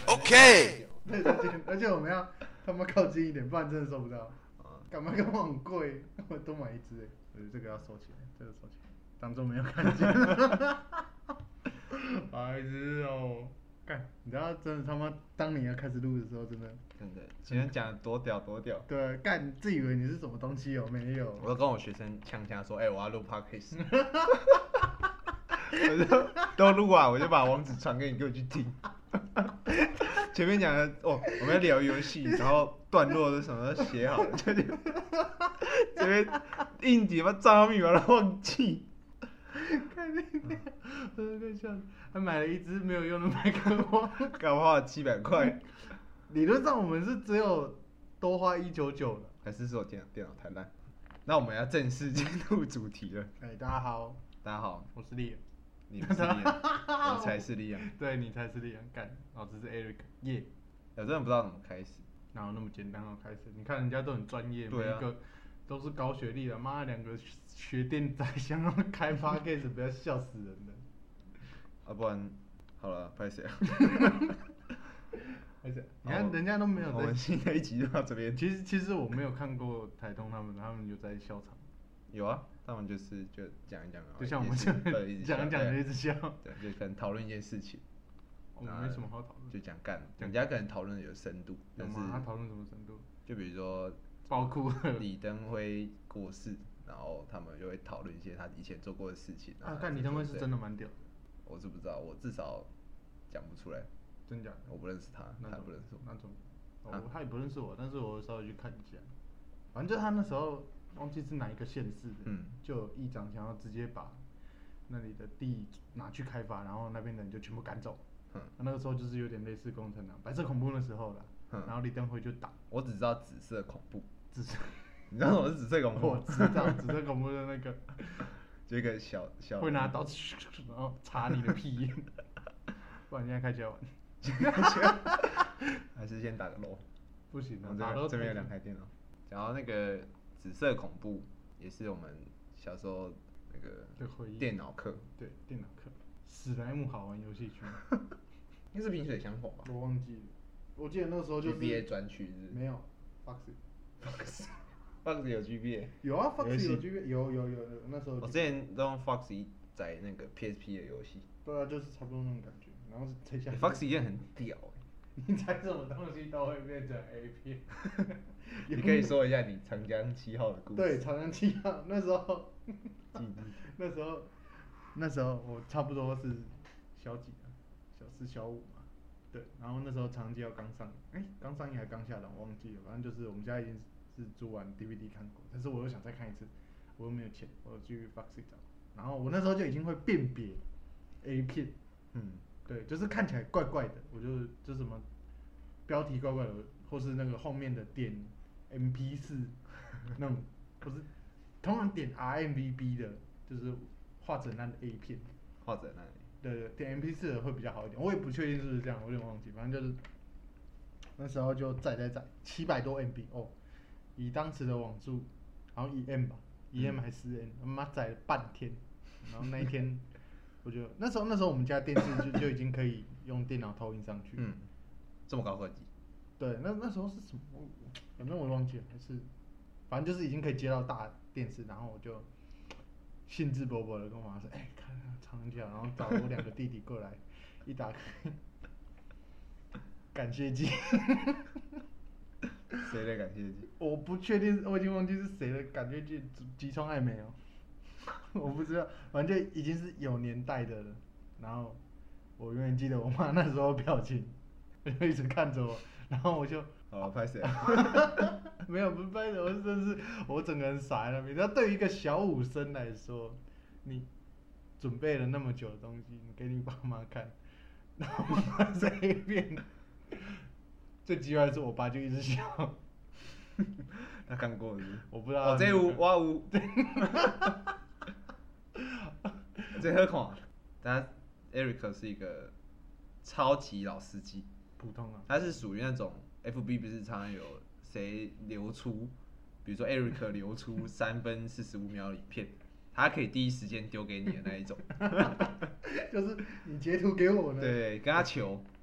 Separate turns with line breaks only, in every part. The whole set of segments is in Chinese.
OK。
对，而且我们要他妈靠近一点，不然真的收不到。干嘛跟我很贵？我多买一只哎，我觉得这个要收起来，这个收起来，当做没有看见。白痴哦！干，你知道真的他妈，当你要开始录的时候，真的。
真的，今天讲多屌多屌。
对，干，自以为你是什么东西哦？没有。
我都跟我学生呛说，我要录 podcast。我就都录完，我就把网址传给你，给我去听。前面讲的我们要聊游戏，然后段落是什么都写好了，这边硬碟把账号密码都忘记。
看那个，我快笑死！还买了一支没有用的麦克风，
刚花了700块。
理论上我们是只有多花199了，
还是说电脑太烂？那我们要正式进入主题了。
大家好，我是利昂，
你不是利昂，我才是利昂。
对，你才是利昂，干，老子是 Eric， 耶、
我真的不知道怎么开始。
哪有那么简单好开始？你看人家都很专业，
对啊、
每一个都是高学历的，妈2个学电仔想要开发 case， 不要笑死人了。
不然好了，拍谁啊？
你看人家都没有在。
我们新的一集就到这边。
其实我没有看过台通他们有在笑场。
有啊，他们就讲一讲，
就像我们讲一讲就一直笑。
对，就可能讨论一件事情。
我们没什么好讨论。
就讲干，人家可能讨论的有深度。
有吗？他讨论什么深度？
就比如说，
包括
李登辉过世，然后他们就会讨论一些他以前做过的事情。
看李登辉是真的蛮屌的。
我是不知道，我至少讲不出来。
真假的？
我不认识他，他也不认识我。
那种，他也不认识我，但是我稍微去看一下。反正就他那时候忘记是哪一个县市的，就有议长想要直接把那里的地拿去开发，然后那边的人就全部赶走。那个时候就是有点类似工程啊，白色恐怖的时候了。然后李登辉就打。
我只知道紫色恐怖。
你
知道什么是紫色恐怖？
我知道紫色恐怖的那个，
就一个小
会拿刀然后插你的屁眼。不然现在开起来玩。
还是先打个漏。
不行啊，
这边有2台电脑。讲到那个紫色恐怖，也是我们小时候那个电脑课。
对，电脑课。史莱姆好玩游戏区。
应该是萍水相逢吧？
我忘记了，我记得那时候就是
GBA 专区是。
没有 Foxy
有 GBA。
有啊 ，Foxy 有 GBA， 有，那时候。
我之前都用 Foxy 载那个 PSP 的游戏。
对啊，就是差不多那种感觉。然后才下。
Foxy 也很屌
你猜什么东西都会变成 A 片。
你可以说一下你长江7号的故事。
对，长江7号那时候，那时候我差不多是小几啊，小4、小5嘛。对，然后那时候长江7号刚上，刚上映还刚下档，我忘记了。反正就是我们家已经是租完 DVD 看过，但是我又想再看一次，我又没有钱，我去 Foxy 找。然后我那时候就已经会辨别 A 片。对，就是看起来怪怪的，我就什么标题怪怪的，或是那个后面的点 MP4 那种，不是，通常点 RMVB 的，就是画整烂的 A 片。
画整烂。
对，点 MP4 的会比较好一点，我也不确定是不是这样，我有点忘记，反正就是那时候就载700多 MB 哦，以当时的网速，然后以 M 吧，1M 还4M，他妈载了半天，然后那一天。我觉得那时候我们家电视就已经可以用电脑投影上去。
这么高科技。对，
那时候是什么？反正我忘记了，还是反正就是已经可以接到大电视，然后我就兴致勃勃的跟我妈说：“看长江7号。”然后找我2个弟弟过来，一打开，感谢祭。
谁的感谢祭？
我不确定，我已经忘记是谁的感谢祭，吉川爱美哦。我不知道，反正就已经是有年代的了。然后我永远记得我妈那时候的表情，就一直看着我，然后我就
拍谁？
没有，不是拍谁，我真是我整个人傻在那边。然后对于一个小5生来说，你准备了那么久的东西，你给你爸妈看，然后妈在一边，最奇怪的是我爸就一直笑。
他看过是不是？
我不知道。
这有我有。这好看，但 Eric 是一个超级老司机，
普通啊。
他是属于那种 FB 不是常常有谁流出，比如说 Eric 流出3分45秒的影片，他可以第一时间丢给你的那一种。
就是你截图给我呢。
对，跟他求。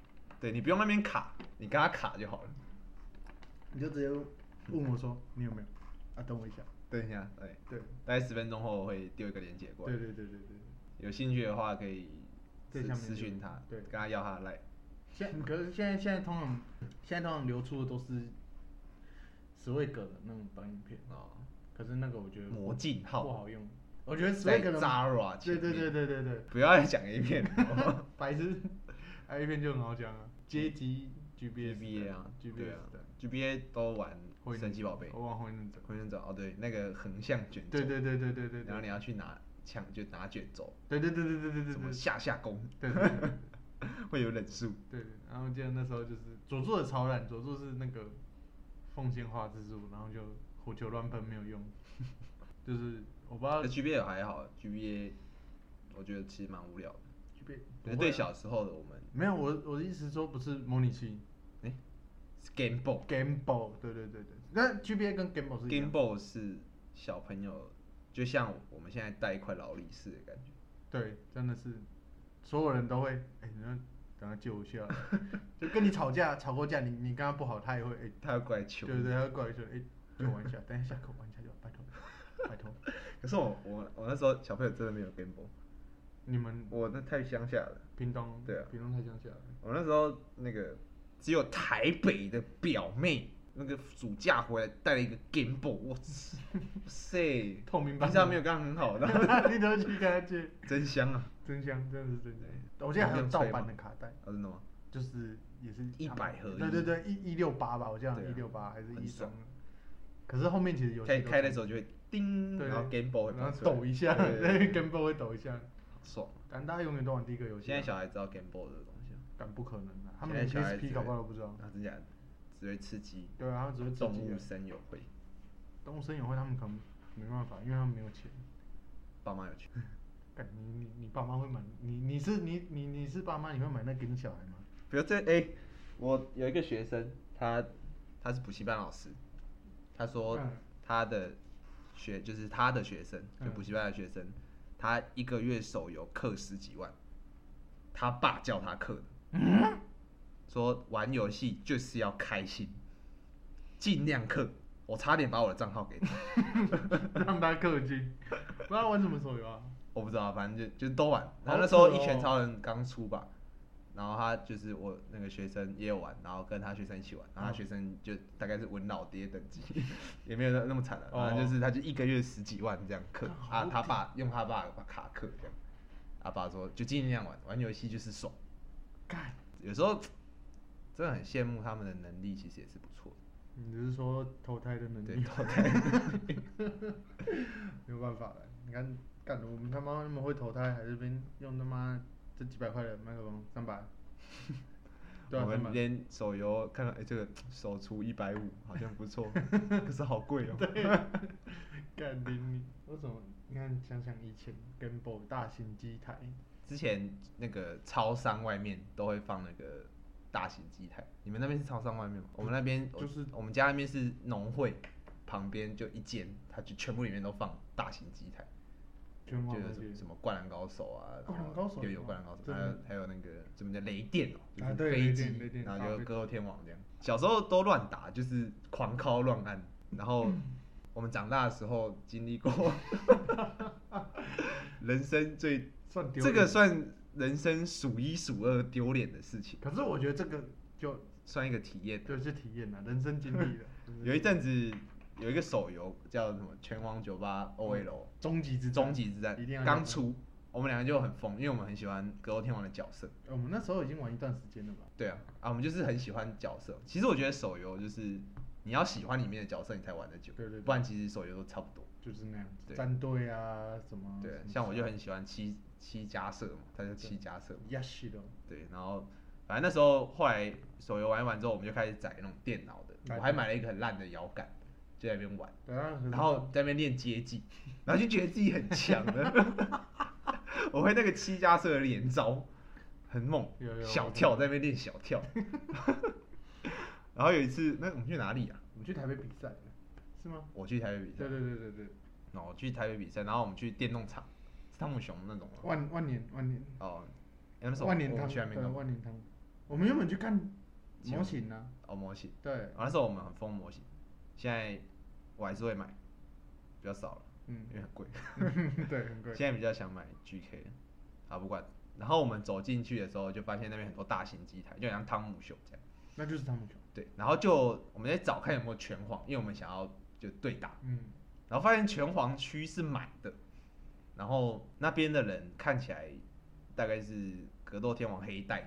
对你不用那边卡，你跟他卡就好了。
你就直接问我说你有没有？啊，等我一下。
等一下，
对，
大概10分钟后我会丢一个链接过来。
对。
有兴趣的话可以私讯他，
对，
跟他要他的 line。
可是现在通常流出的都是10位格的那种短影片
哦。
可是那个我觉得
魔镜号
不好用。我觉得10
在
位格的
Zara 前面。
对。
不要再讲 A 片了。
白痴，A 片就很好讲啊，阶级
GBA 啊，对啊
对
，GBA 都玩神奇宝贝，
我玩火影忍者。
火影忍者哦，对，那个横向卷轴。
对。
然后你要去拿枪，就拿卷轴。
对。
什么下弓。
对。
会有忍术。
对，然后记得那时候就是佐助的超烂，佐助是那个奉献化之术，然后就火球乱喷没有用，就是我不知道。
GBA 还好，GBA 我觉得其实蛮无聊的。
GBA
对小时候的我们。
没有，我的意思说不是模拟器。
是 Game Boy。
Game Boy， 对。那 GBA 跟 Game Boy 是一样。
Game Boy 是小朋友，就像我们现在带一块劳力士的感觉。
对，真的是，所有人都会，你要等他救一下，就跟你吵过架，你跟他不好，他也会，
他会过来求。
对，他会过来求，就玩一下，等一下下课玩一下就好，拜托。
可是我那时候小朋友真的没有 Game Boy。
你们
我那太乡下了。
屏东。对啊，屏东太乡下了。
我那时候那个只有台北的表妹，那个暑假回来带了一个 Game Boy， 哇塞，
透明版，
平常没有跟他很好的。
你都去跟他借。
真香啊！
真香，真的是真香。我记得还有盗版的卡带。
真的吗？
就是也是
100合
一。对，168吧，我记得168还是1双。可是后面其实游戏
开的时候就会叮，然后 Game Boy 会
然后抖一下，对，Game Boy 会抖一下。
爽。
但大家永远都玩第一个游戏。
现在小孩知道 Game Boy 这个东西吗？
不可能的，他们连 PSP 搞不好都不知道。
真假的？只会吃鸡。
对啊，他只会吃鸡。
动物森友会。
动物森友会他们可能没办法，因为他们没有钱。
爸妈有钱。
你爸妈会买？你是爸妈，你会买那给你小孩吗？
比如我有一个学生，他是补习班老师，他说他的就是他的学生，就补习班的学生，他一个月手游氪10几万，他爸叫他氪的。说玩游戏就是要开心，尽量氪。我差点把我的账号给他。
让他氪金。不知道玩什么手游啊？
我不知道，反正就都玩。然后那时候《一拳超人》刚出吧，然后他就是我那个学生也有玩，然后跟他学生一起玩，然后他学生就大概是文老爹等级，也没有那么惨了，反正就是他就一个月10几万这样氪啊，他爸用他爸把卡氪这样，他爸说就尽量玩游戏就是爽。有时候真的很羡慕他们的能力，其实也是不错的。
你是说投胎的能力？
对，投胎的能力。
没有办法了，你看。干我们他妈那么会投胎，还是边用他妈这几百块的麦克风300。对啊，
我们连手游看到这个手出150，好像不错，可是好贵哦。
对。干你为什么？你看想以前 Game Boy 大型机台，
之前那个超商外面都会放那个大型机台，你们那边是超商外面吗？我们那边就是我们家那边是农会旁边就一间，它就全部里面都放大型机台。就是什么灌篮高手啊，有灌篮高手，还有那个什么叫雷电哦，就是飞机，然后就格斗天王这样。小时候都乱打，就是狂敲乱按。然后我们长大的时候经历过人生这个算人生数1数2丢脸的事情。
可是我觉得这个就
算一个体验，
对，是体验啊，人生经历的。
有一阵子。有一个手游叫什么《拳王98 OL》，
终极之
战刚出，我们两个就很疯，因为我们很喜欢格斗天王的角色。
我们那时候已经玩一段时间了吧？
对啊，我们就是很喜欢角色。其实我觉得手游就是你要喜欢里面的角色，你才玩得久。
对，
不然其实手游都差不多。
就是那样子。战队啊什么。
对，像我就很喜欢七加社嘛，它叫7加社。对，然后反正那时候后来手游玩一玩之后，我们就开始载那种电脑的，我还买了一个很烂的摇杆。就在那边玩，然后在那边练接技，然后就觉得自己很强了。我会那个7加社的连招，很猛，小跳在那边练小跳。然后有一次，我们去哪里啊？
我们去台北比赛，是吗？
我去台北比赛。
对。
然后我去台北比赛，然后我们去电动场，是汤姆熊那种。
万年。
哦，那时候我们去那边。
万年汤。 我们原本去看模型啊，
哦，模型。
对，
那时候我们很疯模型，现在我还是会买，比较少了，因为很贵。
对，很贵。
现在比较想买 GK， 啊不管。然后我们走进去的时候，就发现那边很多大型机台，就像汤姆熊这样。
那就是汤姆熊。
对，然后就我们在找看有没有拳皇，因为我们想要就对打。然后发现拳皇区是满的，然后那边的人看起来大概是格斗天王黑带。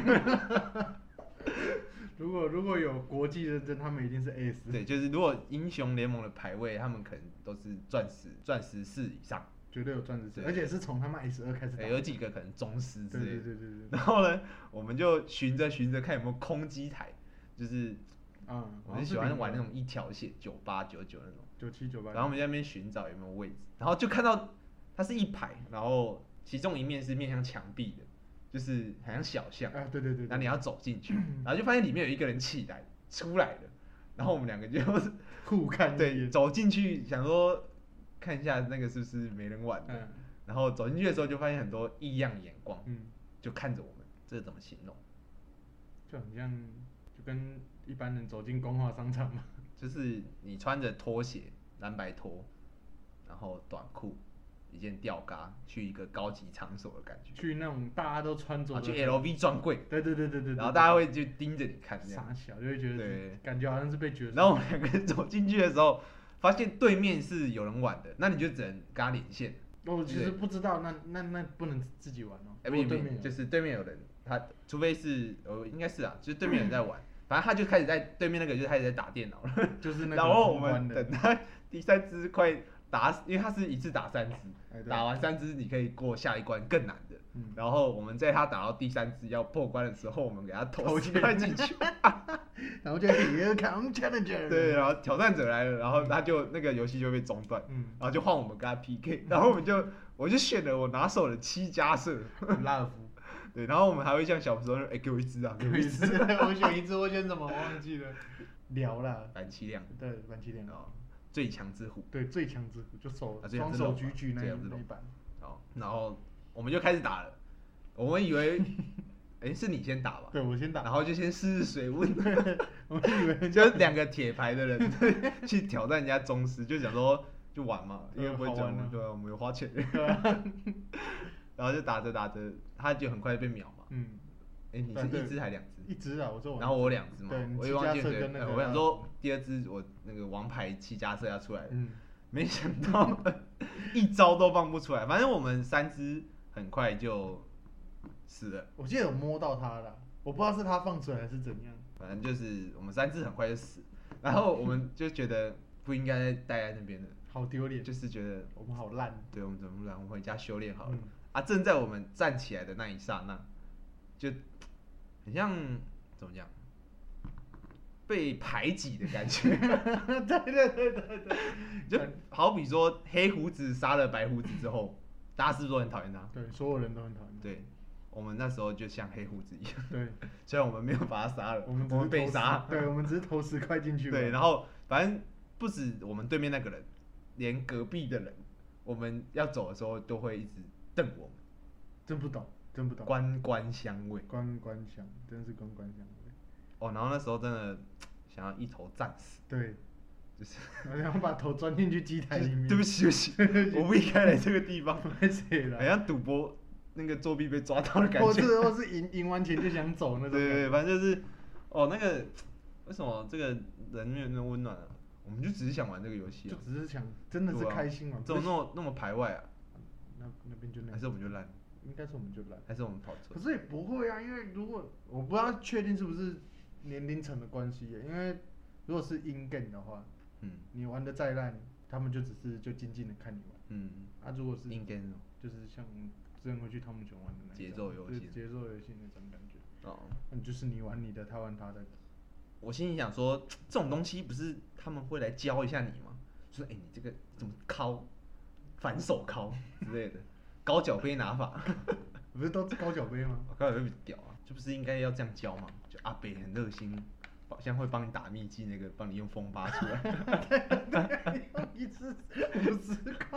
如果有国际认证，他们一定是 S。
对，就是如果英雄联盟的排位，他们可能都是钻石4以上，
绝对有钻石4，而且是从他们 S2开始打。
有几个可能宗师之类的。
对。
然后呢，我们就寻着看有没有空机台，就是我们喜欢玩那种一条线98、99那种。
97、98。
然后我们在那边寻找有没有位置，然后就看到它是一排，然后其中一面是面向墙壁的，就是好像小巷。
对。
然后你要走进去，然后就发现里面有一个人出来了，然后我们两个就
互看。
对，走进去想说看一下那个是不是没人玩的。然后走进去的时候就发现很多异样眼光，就看着我们，这怎么形容？
就很像，就跟一般人走进光华商场嘛。
就是你穿着拖鞋，蓝白拖，然后短裤，一件吊嘎，去一个高级场所的感觉。
去那种大家都穿着的。
去 LV 专柜。
对。
然后大家会就盯着你看，这样。
傻小就会觉得，
对，
感觉好像是被决。
然后我们两个人走进去的时候，发现对面是有人玩的，那你就只能跟他连线。
我其实不知道，那不能自己玩哦。
不，就是对面有人，他除非是应该是啊，就是对面有人在玩。反正他就开始在对面那个就开始在打电脑了，
就是那个。
然后我们等他第3只快打，因为他是一次打3只，打完3只你可以过下一关更难的。然后我们在他打到第3只要破关的时候，我们给他投10块进去，
然后就 Here come challenger。
对，然后挑战者来了，然后他就那个游戏就被中断，然后就换我们跟他 PK， 然后我就选了我拿手的7加色
拉尔夫。
对，然后我们还会像小时候，给我一只啊，给我一只。
我选一只，我选什么？我忘记了。聊啦。
板崎亮。
对，板崎亮。
最强之虎。
对，最强之虎就双手举那一版。
然后我们就开始打了，我们以为，是你先打吧？
对，我先打。
然后就先试水温。
我们以为
就是2个铁牌的人去挑战人家宗师，就想说就玩嘛，因为不会讲，对啊，我们有花钱。然后就打着，他就很快被秒嘛。你是1只还2只？
1只啊，我说我。
然后我2只嘛，我也忘记
了。
我想说第2只我那个王牌7加色要出来了，没想到一招都放不出来。反正我们3只很快就死了。
我记得有摸到他了，我不知道是他放出来还是怎样。
反正就是我们3只很快就死，然后我们就觉得不应该待在那边的，
好丢脸，
就是觉得
我们好烂。
对，我们怎么烂？我们回家修炼好了。正在我们站起来的那一刹那，就很像怎么讲，被排挤的感觉。
对。
就好比说黑胡子杀了白胡子之后，大家是不是都很讨厌他？
对，所有人都很讨厌他。
对，我们那时候就像黑胡子一样。
对，
虽然我们没有把他杀了，
我们
被杀。
对，我们只是投10块进去。
对，然后反正不止我们对面那个人，连隔壁的人，我们要走的时候都会一直瞪我们。
真不懂。
官香味。
官香，真是官香味。
然后那时候真的想要一头战死。
对。
就是，
我想把头钻进去机台里面。
对不起，我不应该来这个地方。
太谁了？
好像赌博那个作弊被抓到的感觉。
或是赢完钱就想走那种。
对，反正就是，那个为什么这个人没有那么温暖啊？我们就只是想玩这个游戏啊。
就只是想，真的是开心玩。
怎么那么排外啊？
那边就那。
还是我们就烂？
应该是我们就烂。
还是我们跑错？
可是也不会啊，因为如果我不知道确定是不是年龄层的关系，因为如果是 in game 的话。你玩的再烂，他们就只是静静的看你玩。如果是
in game
就是像之前会去汤姆熊玩的那种
节奏游戏
那种感觉。就是你玩你的，他玩他的。
我心里想说，这种东西不是他们会来教一下你吗？说你这个怎么敲，反手敲之类的，高脚杯拿法。
不是都是高脚杯吗？
高脚杯比较屌啊，就不是应该要这样教吗？就阿北很热心。好像会帮你打秘籍那个，帮你用风8出来。
对，一次50块。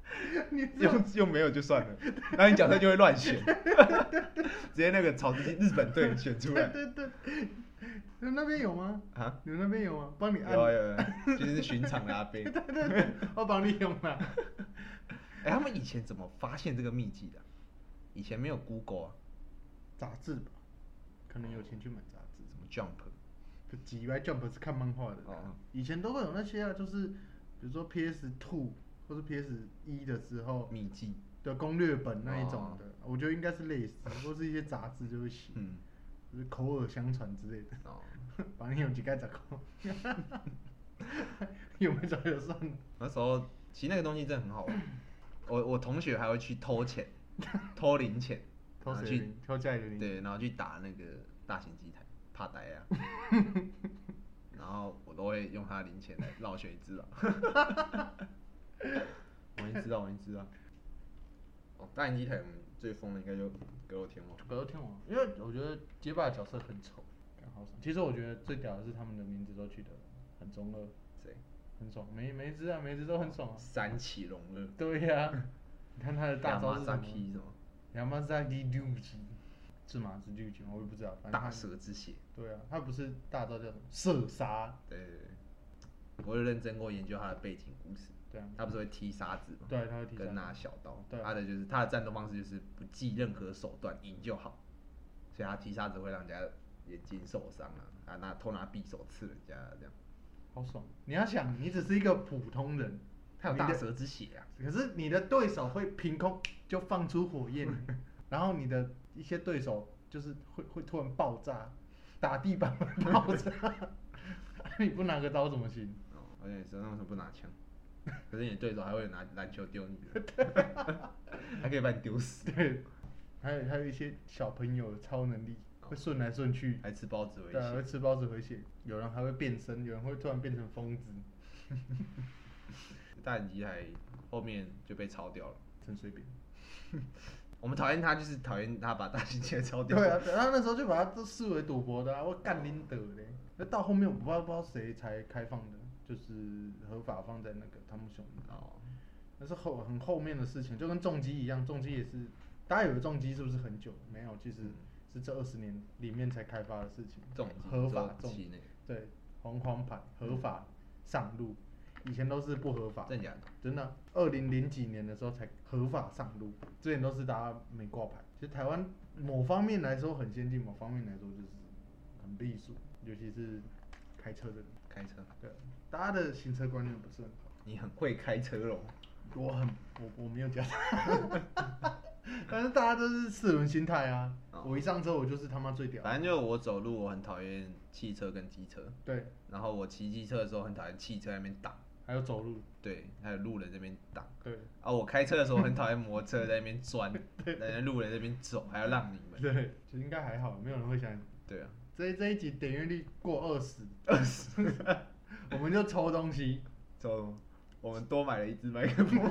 用没有就算了，然后你角色就会乱选，直接那个草之日本队选出来。
对，你们那边有吗？
啊？
你们那边有吗？帮你按。
有，就是寻常的阿伯。
对，我帮你用了。
他们以前怎么发现这个秘籍的？以前没有 Google 啊。
杂志吧，可能有钱去买杂志。
什么 Jump？
以为 Jump 是看漫画的。以前都会有那些啊，就是比如说 PS2 或是 PS1的时候，
秘籍
的攻略本那一种的，我觉得应该是类似，或是一些杂志就会写，就是口耳相传之类的。反正有几盖折扣，有没有早就算了。
那时候其实那个东西真的很好玩，我同学还会去偷钱，偷零钱，
偷谁零？偷家里的零？
对，然后去打那个大型机台，怕呆啊。然后我都会用他的零钱来绕学一只啊。我已经知道。大型机台我们最疯的应该就格斗天王。
格斗天王，因为我觉得街霸的角色很丑，好爽。其实我觉得最屌的是他们的名字都取得很中二。
谁？
很爽，每一只都很爽啊。
三崎龙二。
对呀、你看他的大招是什么？
亚麻
扎基六级，是吗？是六级吗？我也不知道。
大蛇之血。对
啊，他不是大招叫什么？射杀。
对，我有认真过研究他的背景故事。
对啊。
他不是会踢沙子吗？
对，他会踢沙子。
跟拿小刀。
对。
他的战斗方式就是不计任何手段，赢就好。所以他踢沙子会让人家眼睛受伤啊，偷拿匕首刺人家这样。
好爽！你要想，你只是一个普通人，
他有大蛇之血啊。
可是你的对手会凭空就放出火焰，然后你的一些对手就是会突然爆炸，打地板会爆炸，你不拿个刀怎么行？
好像也是，那为什么不拿枪？可是你对手还会拿篮球丢你，还可以把你丢死。
对，还有一些小朋友的超能力。会顺来顺去，
还吃包子回血。
对，会吃包子回血。有人还会变身，有人会突然变成疯子。
大型机台后面就被抄掉了，
陈水扁。
我们讨厌他，就是讨厌他把大型机台抄掉。
对啊，然后那时候就把它都视为赌博的啊，我干拎得嘞。那到后面我不知道谁才开放的，就是合法放在那个汤姆熊。那是很后面的事情，就跟重机一样，重机也是，大家以为重机是不是很久？没有，其实。是这20年里面才开发的事情，合法重机，对，黄牌合法上路，以前都是不合法。
真假的？
真的，2000几年的时候才合法上路，之前都是大家没挂牌。其实台湾某方面来说很先进，某方面来说就是很避暑，尤其是开车的人。
开车。
对，大家的行车观念不是很好。
你很会开车咯。
我没有驾照。但是大家都是4轮心态啊！我一上车我就是他妈最屌。
反正就我走路我很讨厌汽车跟机车。
对。然
后我骑机车的时候很讨厌汽车在那边挡。
还有走路。
对，还有路人在那边挡。
对。
我开车的时候很讨厌摩托车在那边钻，在路人在那边走，还要让你们。
对，其实应该还好，没有人会想。
对啊。
这一集点阅率过20，我们就抽东西。
抽。我们多买了一支麦克风。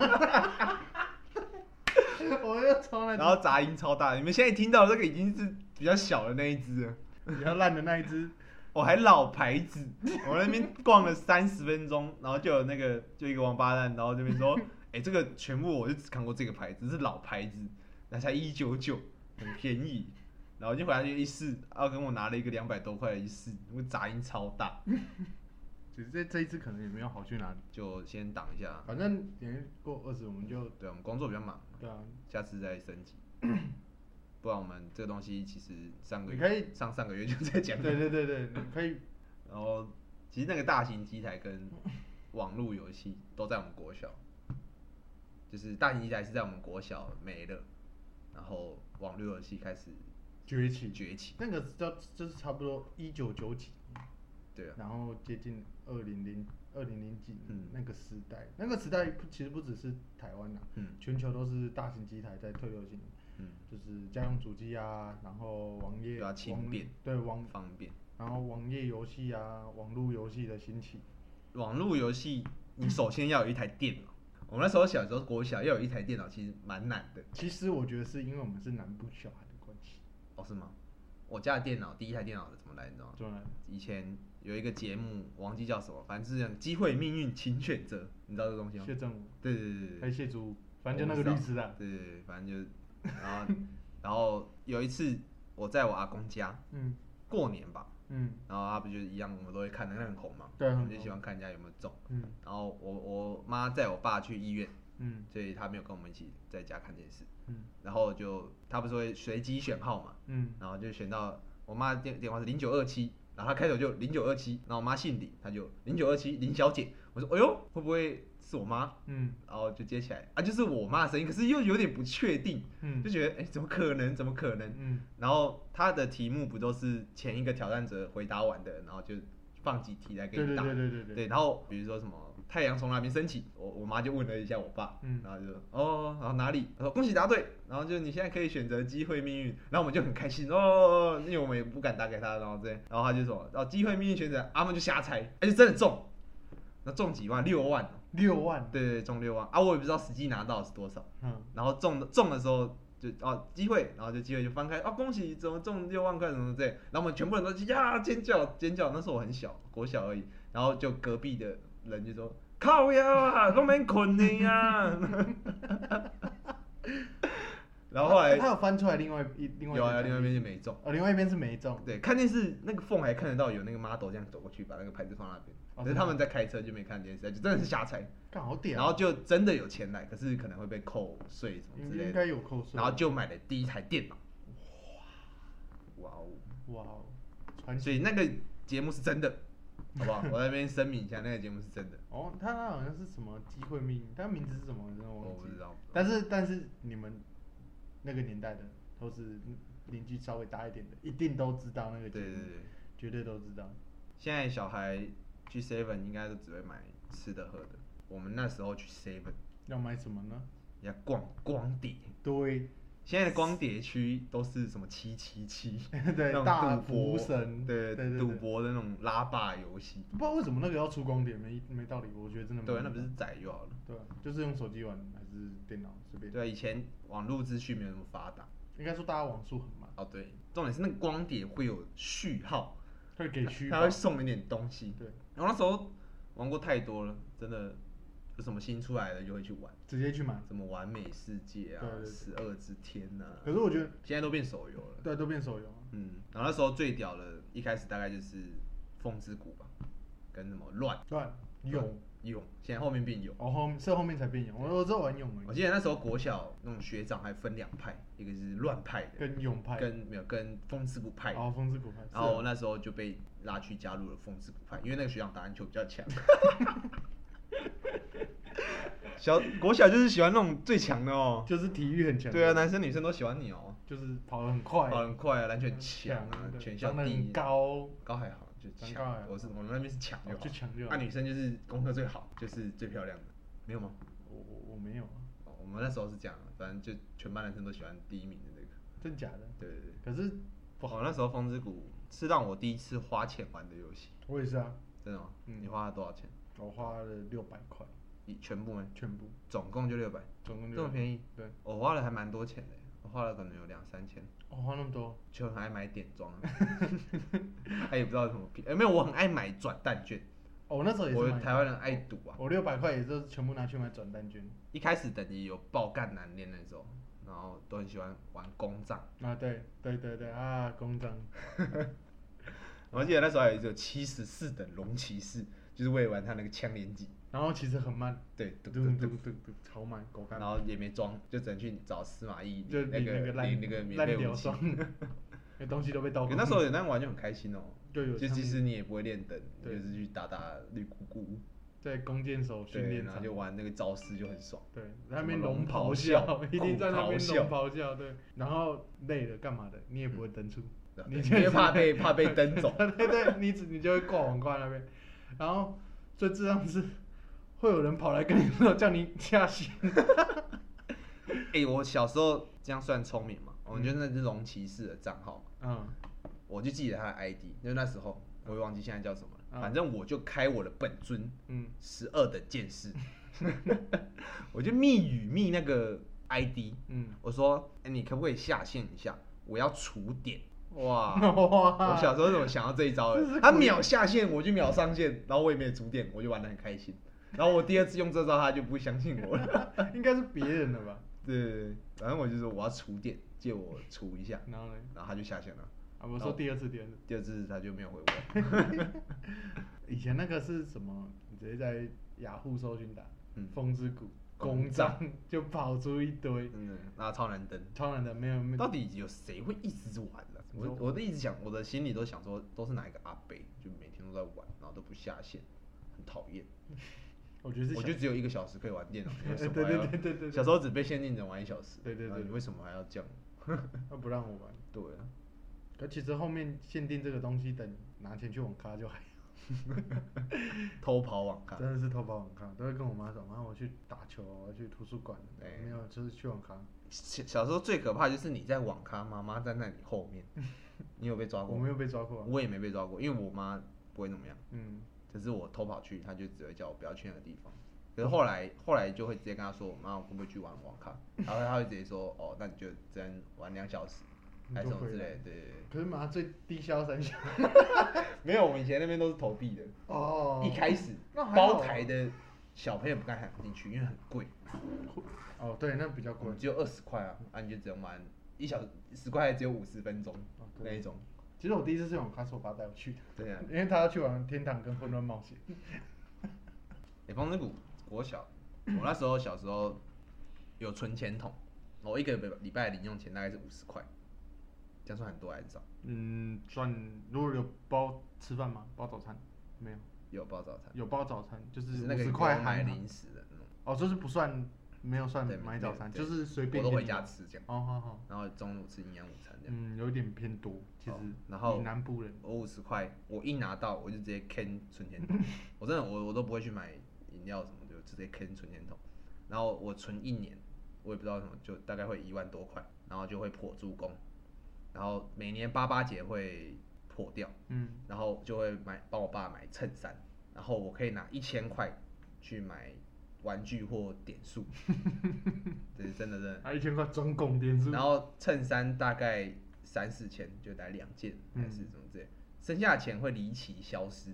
我又抽了。
然后杂音超大，你们现在听到这个已经是比较小的那一支了，
比较烂的那一支。
我还老牌子，我那边逛了30分钟，然后就有一个王八蛋，然后这边说，这个全部我就只看过这个牌子，是老牌子，那才199，很便宜。然后就回来就一试，跟我拿了一个200多块的一试，那个杂音超大。
其实这一支可能也没有好去哪里，
就先挡一下。
反正点阅过20，我们就
对，我们工作比较忙。
对啊，
下次再升级。不然我们这个东西其实上个月就在讲。
对，你可以。
然后其实那个大型机台跟网络游戏都在我们国小，就是大型机台是在我们国小没了，然后网络游戏开始崛起。
那个就是差不多1990几。
对啊。
然后接近2000几年那个时代，那个时代其实不只是台湾全球都是大型机台在推流行。就是家用主机啊，然后网页。
比较轻便。
对，
方便。
然后网页游戏啊，网络游戏的兴起。
网络游戏，你首先要有一台电脑。我们那时候小时候国小要有一台电脑，其实蛮难的。
其实我觉得是因为我们是南部小孩的关系。
哦，是吗？我家的电脑，第一台电脑怎么来，你知道吗？
怎么来？
以前有一个节目，我忘记叫什么，反正是这样，机会、命运、请选择，你知道这个东西吗？
谢振武。
对。
还有谢祖武。 反正就那个律师啊。
对，反正就，然后有一次我在我阿公家，过年吧，然后他不就一样，我们都会看那个很红嘛，
对，
我们就喜欢看人家有没有中，然后我妈载我爸去医院，所以他没有跟我们一起在家看电视，然后他不是会随机选号嘛，然后就选到我妈的电话是0927。然后他开头就0927，然后我妈姓李，他就0927林小姐。我说，哎呦，会不会是我妈？然后就接起来，就是我妈的声音，可是又有点不确定，就觉得，怎么可能？怎么可能？然后他的题目不都是前一个挑战者回答完的，然后就放几题来给你答。对，然后比如说什么太阳从哪边升起，我妈就问了一下我爸，然后就然后哪里？他说恭喜答对，然后就你现在可以选择机会命运，然后我们就很开心因为我们也不敢打给他，然后他就说，机会命运选择，他们就瞎猜，就真的中，那中几万？6万
，6万，
对，中6万我也不知道实际拿到的是多少，然后中的时候。就机会，然后机会就翻开恭喜，怎么中6万块什么之类，然后我们全部人都呀尖叫，那时候我很小，国小而已，然后就隔壁的人就说靠呀啊，都没困你呀，然后后来
他有翻出来另外
有啊，另外一边就没中，
另外一边是没中，
对，看电视那个缝还看得到有那个 model 这样走过去把那个牌子放那边，可是他们在开车就没看电视，就真的是瞎猜。
好屌！
然后就真的有钱来，可是可能会被扣税什么之类的，
应该有扣税。
然后就买了第一台电脑，哇哦！所以那个节目是真的，好不好？我在那边声明一下，那个节目是真的。
他好像是什么机会命运，他名字是什么？我
不知道。
但是你们那个年代的都是邻居稍微大一点的，一定都知道那个节目。对，绝对都知道。
现在小孩去 7 应该都只会买吃的喝的。我们那时候去 7
要买什么呢？
要逛光碟。
对，
现在的光碟区都是什么777，
对，大福神，
对，赌博的那种拉霸游戏。
不知道为什么那个要出光碟，没道理，我觉得真的没道理。
对，那不是载就好了。
对，就是用手机玩还是电脑随便。
对，以前网络资讯没有那么发达，
应该说大家网速很慢。
对，重点是那个光碟会有序号，
会给序
号，他会送一点东西。
对，
然后那时候玩过太多了，真的。有什么新出来的就会去玩，
直接去买，
什么完美世界啊，12之天啊。
可是我觉得
现在都变手游了。
对，都变手游。
然后那时候最屌的，一开始大概就是风之谷吧，跟什么勇，现在后面变勇。
是后面才变勇，我只有玩勇而已。
我记得那时候国小那种学长还分2派，一个是乱派的，
跟勇派，
跟风之谷派。
风之谷派。
然后我那时候就被拉去加入了风之谷派，因为那个学长打篮球比较强。国小就是喜欢那种最强的
就是体育很强。
对啊，男生女生都喜欢你
就是跑得很快，
啊，篮球很强啊，全校第一。
高
还好，就强。我们那边是强就好。
就强就好。
女生就是功课最好，就是最漂亮的，没有吗？
我没有啊。
我们那时候是这样，反正就全班男生都喜欢第1名的那个。
真假的？
对。
可是
那时候风之谷是让我第一次花钱玩的游戏。
我也是啊。
真的吗？你花了多少钱？
我花了600块。
全部吗？
全部，
总共就600，
总共
这么便宜？
对，
我花了还蛮多钱的，我花了可能有2-3千。
花那么多？
就很爱买点装，他也不知道怎么骗。没有，我很爱买转蛋券。
那时候也是。
我台湾人爱赌啊。
我600块也是全部拿去买转蛋券。
一开始等级有爆干难练那时候，然后都很喜欢玩公账。
对公账。
我记得那时候还有一个74等龙骑士，就是为了玩他那个枪连击。
然后其实很慢，
对，嘟，
超慢，狗干。
然后也没装，就只能去找司马懿
就那个
免费武器，
那东西都被盗光。
那时候也那样玩就很开心
就
其实你也不会练等，就是去打绿姑姑。
对，弓箭手训练
然后就玩那个招式就很爽。
对，在那边龙咆哮，一定在那边龙咆哮，对。然后累了干嘛的，你也不会登出，
你就怕被登走。
对，你就会挂网挂那边，然后最智障是。会有人跑来跟你说叫你下线。
我小时候这样算聪明嘛？我觉得那是龙骑士的账号，我就记得他的 ID， 因为那时候我也忘记现在叫什么了，反正我就开我的本尊，12的剑士，我就密那个 ID，我说你可不可以下线一下？我要除点。哇！我小时候怎么想到这一招的？他秒下线，我就秒上线，然后我也没有除点，我就玩得很开心。 然后我第2次用这招，他就不相信我了。
应该是别人的吧？
对，反正我就说我要除电，借我除一下，
然后呢？
然后他就下线了。
啊，我说第2次。
第2次他就没有回我。
以前那个是什么？你直接在雅虎搜寻打
嗯
“风之谷”公章，就跑出一堆。
然后超难登。
超难的，没有。
到底有谁会一直玩呢？我都一直想，我的心里都想说，都是哪一个阿伯，就每天都在玩，然后都不下线，很讨厌。
我觉得
只有1个小时可以玩电脑，
对。
小时候只被限定只能玩1小时。
对。
你为什么还要这样？
他不让我玩。
对啊。
可其实后面限定这个东西，等拿钱去网咖就还好。
偷跑网咖。
真的是偷跑网咖，都会跟我妈说，妈我去打球，我要去图书馆。没有，就是去网咖。
小时候最可怕就是你在网咖，妈妈站在你后面。你有被抓过吗？
我没有被抓过。
我也没被抓过，因为我妈不会怎么样。可是我偷跑去，她就只会叫我不要去那个地方。可是后来就会直接跟她说，妈，我可不可以去玩网咖？然后她会直接说，哦，那你就只能玩2小时，还是什么之类的。对。
可是妈最低消3小。
没有，我们以前那边都是投币的。
哦。
一开始包台的小朋友不敢喊进去，因为很贵。
哦，对，那比较贵。
只有20块啊，你就只能玩1小时，10块只有50分钟那一种。
其实我第一次去网咖是我爸带我去的。
对啊。
因为他要去玩天堂跟混乱冒险。
风之谷国小，我那时候小时候有存钱筒，我1个礼拜的零用钱大概是50块，这样算很多还是少？
算。如果有包吃饭吗？包早餐？没有。
有包早餐。
有包早餐，就是
那个
50块
买零食的那种。
哦，就是不算，没有算买早餐，就是随便。
我都回家吃这样。
哦，好。
然后中午吃营养午餐这样。
有点偏多，其实。
然后
南部人。
我50块，我一拿到我就直接坑存钱筒。我真的我都不会去买饮料什么的，就直接坑存钱筒。然后我存1年，我也不知道什么，就大概会1万多块，然后就会破助攻。然后每年88节会破掉。然后就会帮我爸买衬衫，然后我可以拿1000块去买玩具或点数。这是真的。
1000块中共点数。
然后衬衫大概3、4千，就大概2件还是什么之类，剩下的钱会离奇消失。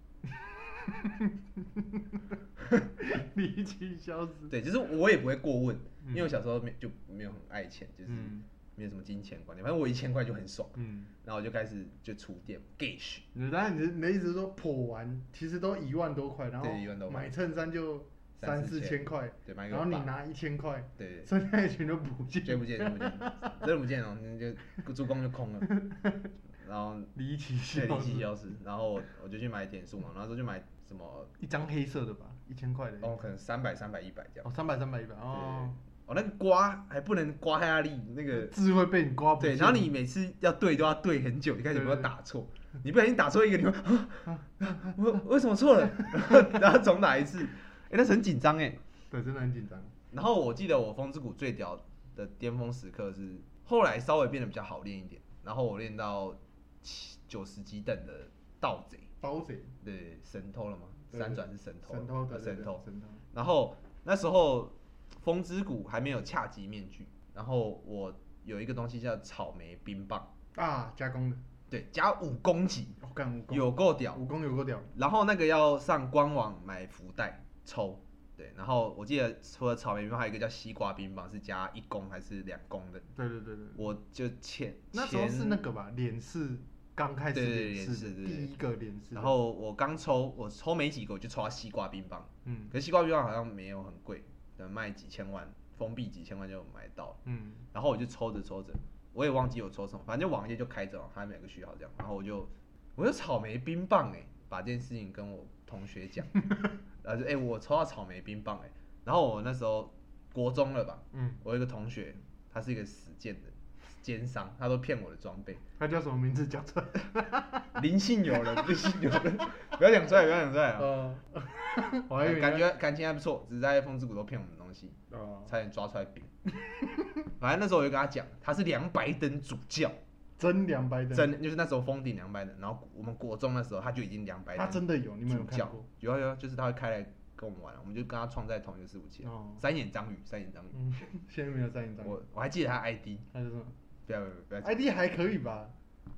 离奇消失。
对，就是我也不会过问，因为我小时候就没有很爱钱，就是没有什么金钱观念，反正我1000块就很爽。然后我就开始就出店 gauge。
当然你的意思是说破完其实都1万多块，然后买衬衫就3、4千块，
对，买个。
然后你拿1000块，
对，
剩下一群都不见。
不见，真的不见了，就助攻就空了。然后
离奇消
失。然后我就去买点数嘛，然后就买什么
一张黑色的吧，1000块的。
哦，可能300、300、100这样。
哦，300、300、100。哦。
那个刮还不能刮太力，那个
字会被你刮不见。
对，然后你每次都要对很久，一开始不要打错，你不小心打错一个，你会我为什么错了？然后重打一次，那是很紧张哎。
对，真的很紧张。
然后我记得我风之谷最屌的巅峰时刻是后来稍微变得比较好练一点，然后我练到90几等的盗贼。
盗贼。对，
神偷了吗？3转是神偷。
神偷。
然后那时候风之谷还没有恰吉面具，然后我有一个东西叫草莓冰棒
啊，加工的。
对，加5攻击。有够屌。
武功有够屌。
然后那个要上官网买福袋抽。对，然后我记得除了草莓冰棒，还有一个叫西瓜冰棒，是加1攻还是2攻的？
对。
我就
那时候是那个吧，脸试刚开始脸试，第一个脸试。
然后我抽没几个，我就抽到西瓜冰棒。可是西瓜冰棒好像没有很贵，可能卖几千万，封闭几千万就买到了。然后我就抽着，我也忘记我抽什么，反正就网页就开着，它每个序号这样。然后我就草莓冰棒把这件事情跟我同学讲。然后就我抽到草莓冰棒然后我那时候国中了吧，我有一个同学，他是一个死贱的奸商，他都骗我的装备。
他叫什么名字？讲出来。
林姓友人，不要讲出来
啊。
我还以为感情还不错，只是在风之谷都骗我们东西，差点抓出来扁。反正那时候我就跟他讲，他是200等主教。
真200等，
真就是那时候封顶200等，然后我们国中那时候他就已经200等。
他真的有，你们有看过？
有，就是他会开来跟我们玩，我们就跟他创在同一个伺服器。3眼章鱼。
现在没有3眼章鱼。
我还记得他 ID。
他是什么？
不要。
ID 还可以吧？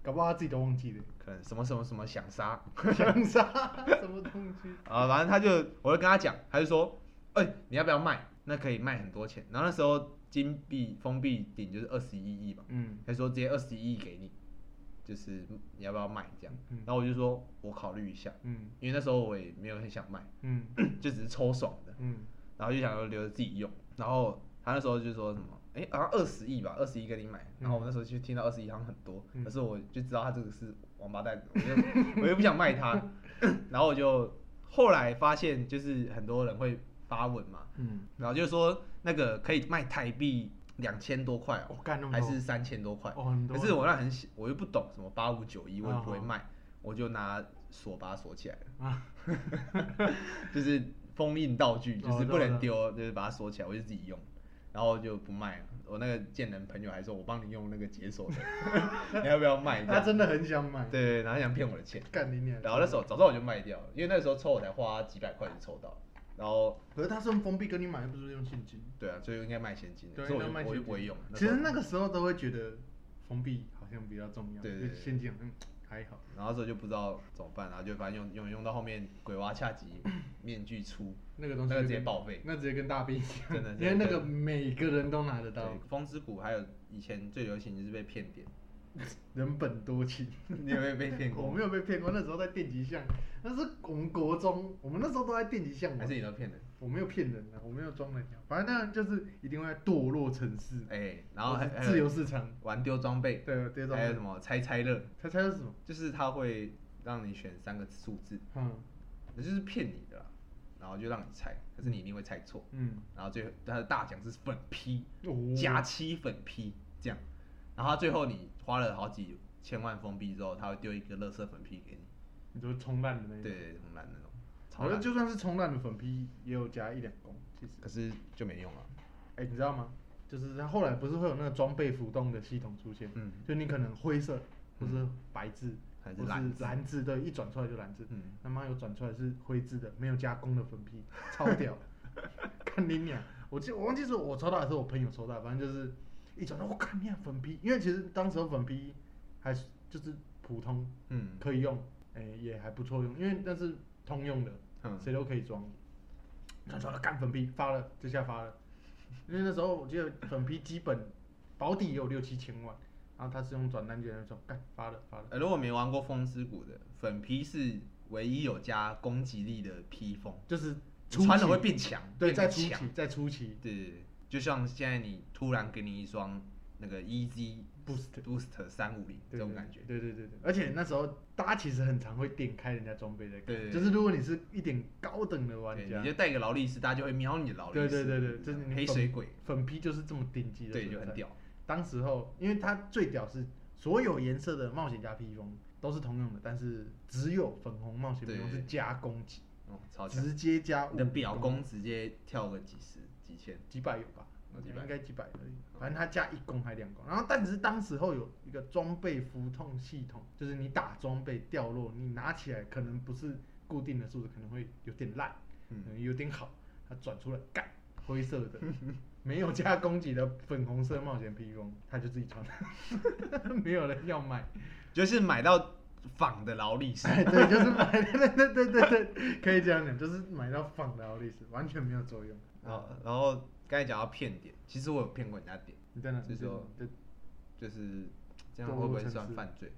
搞不好他自己都忘记了。
可能什么什么什么想杀，
想杀什么东西？
啊，反正我就跟他讲，他就说，你要不要卖？那可以卖很多钱。然后那时候金币封闭顶就是21亿嘛，他说直接21亿给你，就是你要不要卖这样？然后我就说我考虑一下，因为那时候我也没有很想卖，就只是抽爽的，然后就想要留着自己用。然后他那时候就说什么，好像20亿吧，20亿跟你买。然后我那时候就听到20亿好像很多，可是我就知道他这个是王八蛋，我就不想卖他。然后我就后来发现，就是很多人会发文嘛，然后就说那个可以卖台币2000多块还是3000多块，可是我我又不懂什么8591，我也不会卖，我就拿锁把它锁起来了，就是封印道具，就是不能丢，就是把它锁起来，我就自己用，然后就不卖了。我那个贱人朋友还说，我帮你用那个解锁的，你要不要卖？
他真的很想买，
对，然后想骗我的钱，
干你娘！
然后那时候早知道我就卖掉了，因为那时候抽我才花几百块就抽到。然后，
可是他是用封闭跟你买，又不是用现金。
对啊，所以应该卖现金的，
对，
所以我就不会用。
其实那个时候都会觉得封闭好像比较重要，
对，
现金还好。
然后那时候就不知道怎么办，然后就反正用到后面鬼娃恰吉面具出
那个东西，
那个直接报废，
那直接跟大兵一样，
真的，
因为那个每个人都拿得到。
风之谷还有以前最流行就是被骗点。
人本多情，
你有没有被骗过？
我没有被骗过，那时候在电击巷，那是我们国中，我们那时候都在电击巷。
还是你都骗人？
我没有骗人啊，我没有装人家，反正那就是一定会堕落城市，
然后还
自由市场
玩丢装备，
对，丢装备，
还有什么猜猜乐？
猜猜乐是什么？
就是他会让你选3个数字，那就是骗你的啦，然后就让你猜，可是你一定会猜错，然后他的大奖是粉批，加7粉批这样。然后最后你花了好几千万封币之后，他会丢一个垃圾粉批给你，
你说冲烂的那种，
对，冲烂的那种。
我觉得就算是冲烂的粉批，也有加1-2公，其实。
可是就没用啊。
你知道吗？就是他后来不是会有那个装备浮动的系统出现，就你可能灰色或是白字，
还
是蓝字，对，一转出来就蓝字，他妈有转出来是灰字的，没有加工的粉批，超屌，看你俩，我忘记是我抽到还是我朋友抽到，反正就是。一转到我看你看粉批，因为其实当时粉批还是就是普通，可以用，也还不错用，因为那是通用的，谁都可以装。他说干粉批发了，这下发了，因为那时候我记得粉批基本保底也有6-7千万，然后他是用转单券那种，干发了。
如果没玩过风之谷的，粉批是唯一有加攻击力的披风，
就是
穿了会变强，
对，在初期，
对。就像现在你突然给你一双那个 Easy Boost 350这种感觉，
对，而且那时候大家其实很常会点开人家装备的，
对，
就是如果你是一点高等的玩家，
你就带个劳力士，大家就会瞄你的劳力士，
对，就是
黑水鬼
粉批就是这么顶级的，
对，就很屌。
当时候，因为它最屌是所有颜色的冒险家披风都是通用的，但是只有粉红冒险披风是加攻击，直接加5，
你的表攻直接跳个几十。
几百有吧，应该几百而已。反正他加1攻还2攻，然后但是当时候有一个装备浮动系统，就是你打装备掉落，你拿起来可能不是固定的数字，可能会有点烂，有点好，它转出来干灰色的，没有加攻击的粉红色冒险披风，他就自己穿，没有人要买，
就是买到仿的劳力士，
对，就是买，对，可以这样讲，就是买到仿的劳力士，完全没有作用。
然后刚才讲到骗点，其实我有骗过人家点，
你在哪？
就是说，就是这样会不会算犯罪？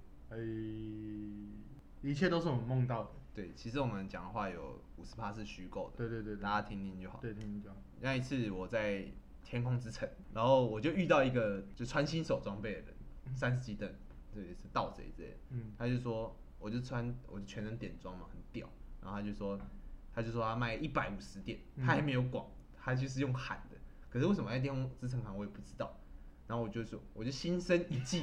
一切都是我们梦到的。
对，其实我们讲的话有50%是虚构的，
对，
大家听听就好。
对，听听就好。
那一次我在天空之城，然后我就遇到一个就穿新手装备的人，30几等，对，是盗贼之类的。他就说，我就全身点装嘛，很屌。然后他就说他卖150点，他还没有广，他就是用喊的。可是为什么在天空之城喊我也不知道。然后我就心生一计，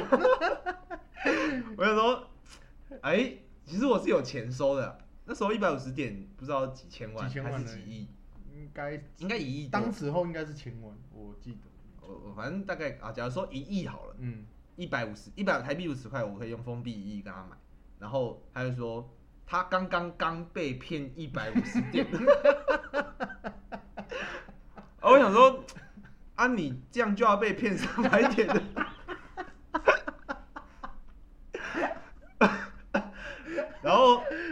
我就说，其实我是有钱收的。那时候150点不知道几千万还是几亿，应该1亿。
当时候应该是1000万，我记得。
我反正大概假如说1亿好了，100台币50块，我可以用封闭1亿跟他买。然后他就说他刚被骗150点，我想说。你这样就要被骗300点的，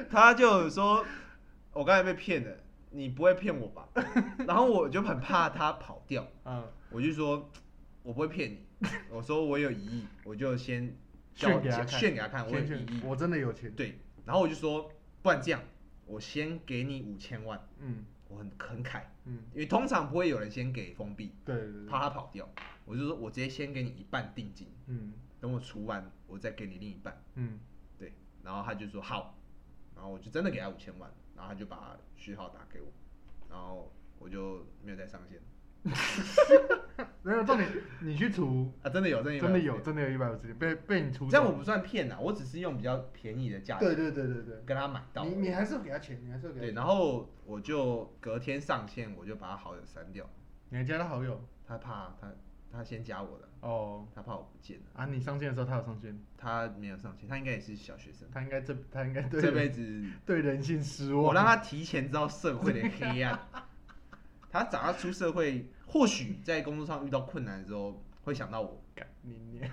他就有说，我刚才被骗了，你不会骗我吧？然后我就很怕他跑掉，我就说我不会骗你，我说我有1亿，我就先
炫给他
看，我有1亿，
我真的有钱。
对，然后我就说，不然这样，我先给你5000万，我很慷慨，因为通常不会有人先给封闭，
对，
怕他跑掉，我就说我直接先给你1半定金，等我除完，我再给你另1半，对，然后他就说好，然后我就真的给他5000万，然后他就把序号打给我，然后我就没有再上线。
没有重点，你去除
啊，真的有
150，被你除。
这样我不算骗啊，我只是用比较便宜的价钱，
对，
跟他买到。
你还是要给他钱，
对，然后我就隔天上线，我就把他好友删掉。
你还加他好友？
他怕他先加我的。
哦。
他怕我不见了。
啊，你上线的时候他有上线？
他没有上线，他应该也是小学生。
他应该对
这辈子
对人性失望。
我让他提前知道社会的黑暗。他长大出社会，或许在工作上遇到困难的时候，会想到我。
干你娘！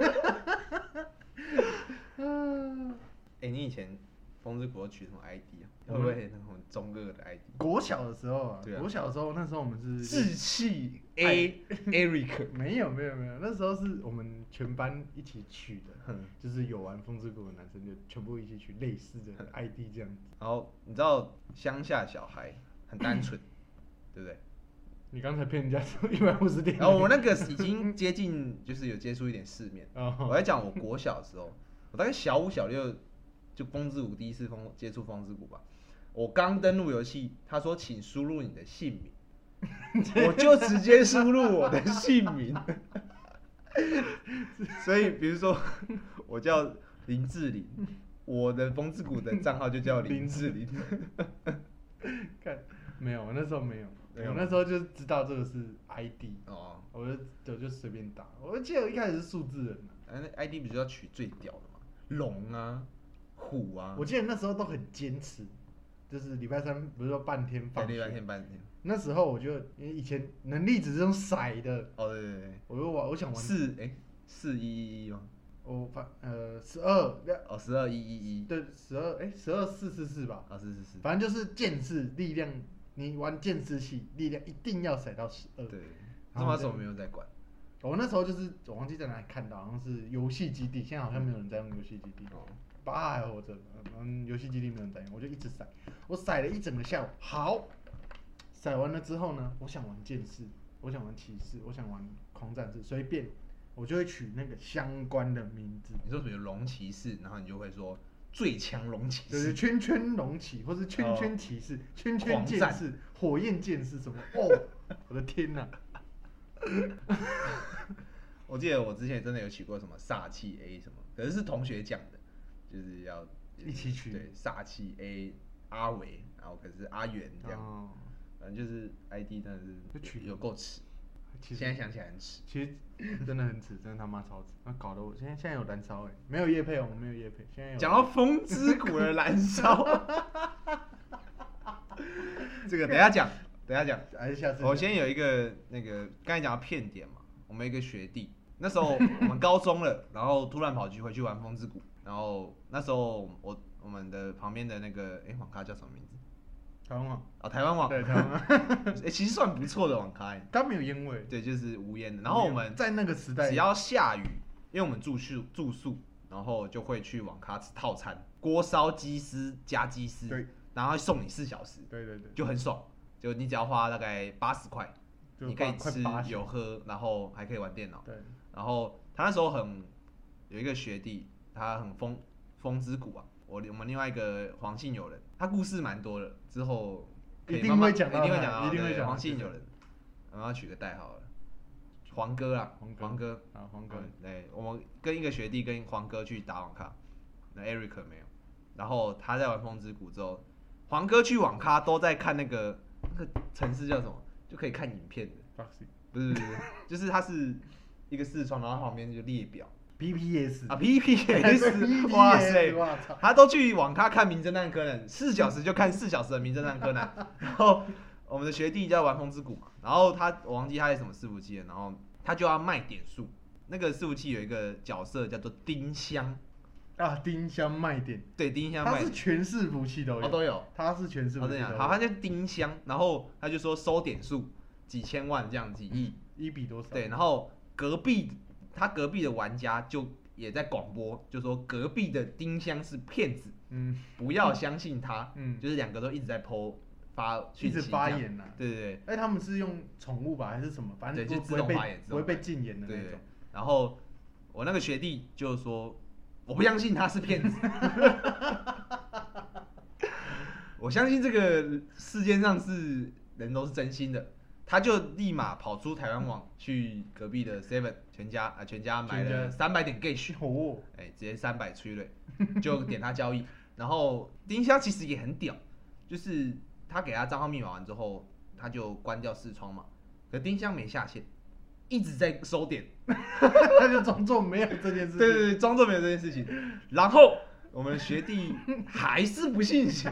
你以前风之谷取什么 ID 啊？会不会那种中二的 ID？
国小的时候啊，
对啊，
国小的时候，那时候我们是
志气 Eric，
没有，那时候是我们全班一起取的，就是有玩风之谷的男生就全部一起取类似的 ID 这样子。
然后你知道乡下小孩很单纯，对不对？
你刚才骗人家说150点，
然后我那个已经接近，就是有接触一点世面。我在讲我国小的时候，我大概小5、小6就风之谷第一次接触风之谷吧。我刚登录游戏，他说请输入你的姓名，我就直接输入我的姓名。所以比如说我叫林志玲，我的风之谷的账号就叫林志玲。
看，没有，我那时候没有。我那时候就知道这个是 ID， 我就随便打。我记得我一开始是数字人
那 ID 不是要取最屌的吗？龙啊，虎啊。
我记得那时候都很坚持，就是礼拜3不是说半天放学。
礼拜天半天。
那时候我就因为以前能力只是用骰的。
对。
我想玩
411吗？
我12。
1211。
对，12444吧。
444。
反正就是剑士力量。你玩剑士系力量一定要骰到12。
对，这么久没有在管。
我那时候就是我忘记在哪里看到，好像是游戏基地，现在好像没有人在用游戏基地。8还活着，游戏基地没有人在用，我就一直骰，我骰了一整个下午。好，骰完了之后呢，我想玩剑士，我想玩骑士，我想玩狂战士，随便，我就会取那个相关的名字。
你说比如龙骑士，然后你就会说。最强龙骑士，
就是圈龙骑，或是圈骑士、圈剑士、火焰剑士什么？我的天哪！
我记得我之前真的有取过什么煞气 A 什么，可是是同学讲的，就是要
一起取。
对，煞气 A 阿伟，然后可是阿元这样，反正就是 ID 真的是有够耻。现在想起来很耻，
其实真的很耻，真的他妈超耻。那搞得我现在有燃烧没有业配，我们没有业配。现在有
讲到风之谷的燃烧，这个等一下讲，
还是下次。
我先有一个那个刚才讲到骗点嘛，我们有一个学弟，那时候我们高中了，然后突然跑回去玩风之谷，然后那时候我们的旁边的那个网咖叫什么名字？
台湾网
台湾网。
对，台湾网。
其实算不错的网咖。
它没有烟味。
对，就是无烟的。然后我们
在那个时代，
只要下雨，因为我们住宿，然后就会去网咖吃套餐，锅烧鸡丝加鸡丝，
对，
然后会送你4小时，
对，
就很爽。就你只要花大概80块，你可以吃有喝，然后还可以玩电脑。
对。
然后他那时候有一个学弟，他很风之谷啊。我们另外一个黄姓友人，他故事蛮多的，之后
一定会讲到，
黄姓友人，然后取个代号了，黄哥啦，黄哥。对，我们跟一个学弟跟黄哥去打网咖，那 Eric 没有，然后他在玩风之谷之后，黄哥去网咖都在看那个城市叫什么，就可以看影片的，不是，就是它是一个视窗，然后旁边就列表。
PPS
啊 PPS， 哇塞，他都去网咖看《名侦探柯南》，4小时就看4小时的《名侦探柯南》。然后我们的学弟叫玩风之谷嘛，然后我忘记他是什么伺服器了，然后他就要卖点数。那个伺服器有一个角色叫做丁香，
啊，丁香卖点，
对，丁香
它是
卖点
全伺服器都有，
都有。
它是全伺服器都有。
好，它叫丁香，然后他就说收点数几千万这样几亿，
一比多少？
对，然后他隔壁的玩家就也在广播，就说隔壁的丁香是骗子，不要相信他，就是两个都一直在
一直发言呐，
对对对。
哎，他们是用宠物吧还是什么？反正
就自动发言，
不会被禁言的那种。
然后我那个学弟就说，我不相信他是骗子，我相信这个世界上是人都是真心的。他就立马跑出台湾网去隔壁的 Seven 全家买了300点 Gage， 直接300催泪，就点他交易。然后丁香其实也很屌，就是他给他账号密码完之后，他就关掉视窗嘛，可丁香没下线，一直在收点，
他就装作没有这件事情。
对，装作没有这件事情。然后我们学弟还是不信邪，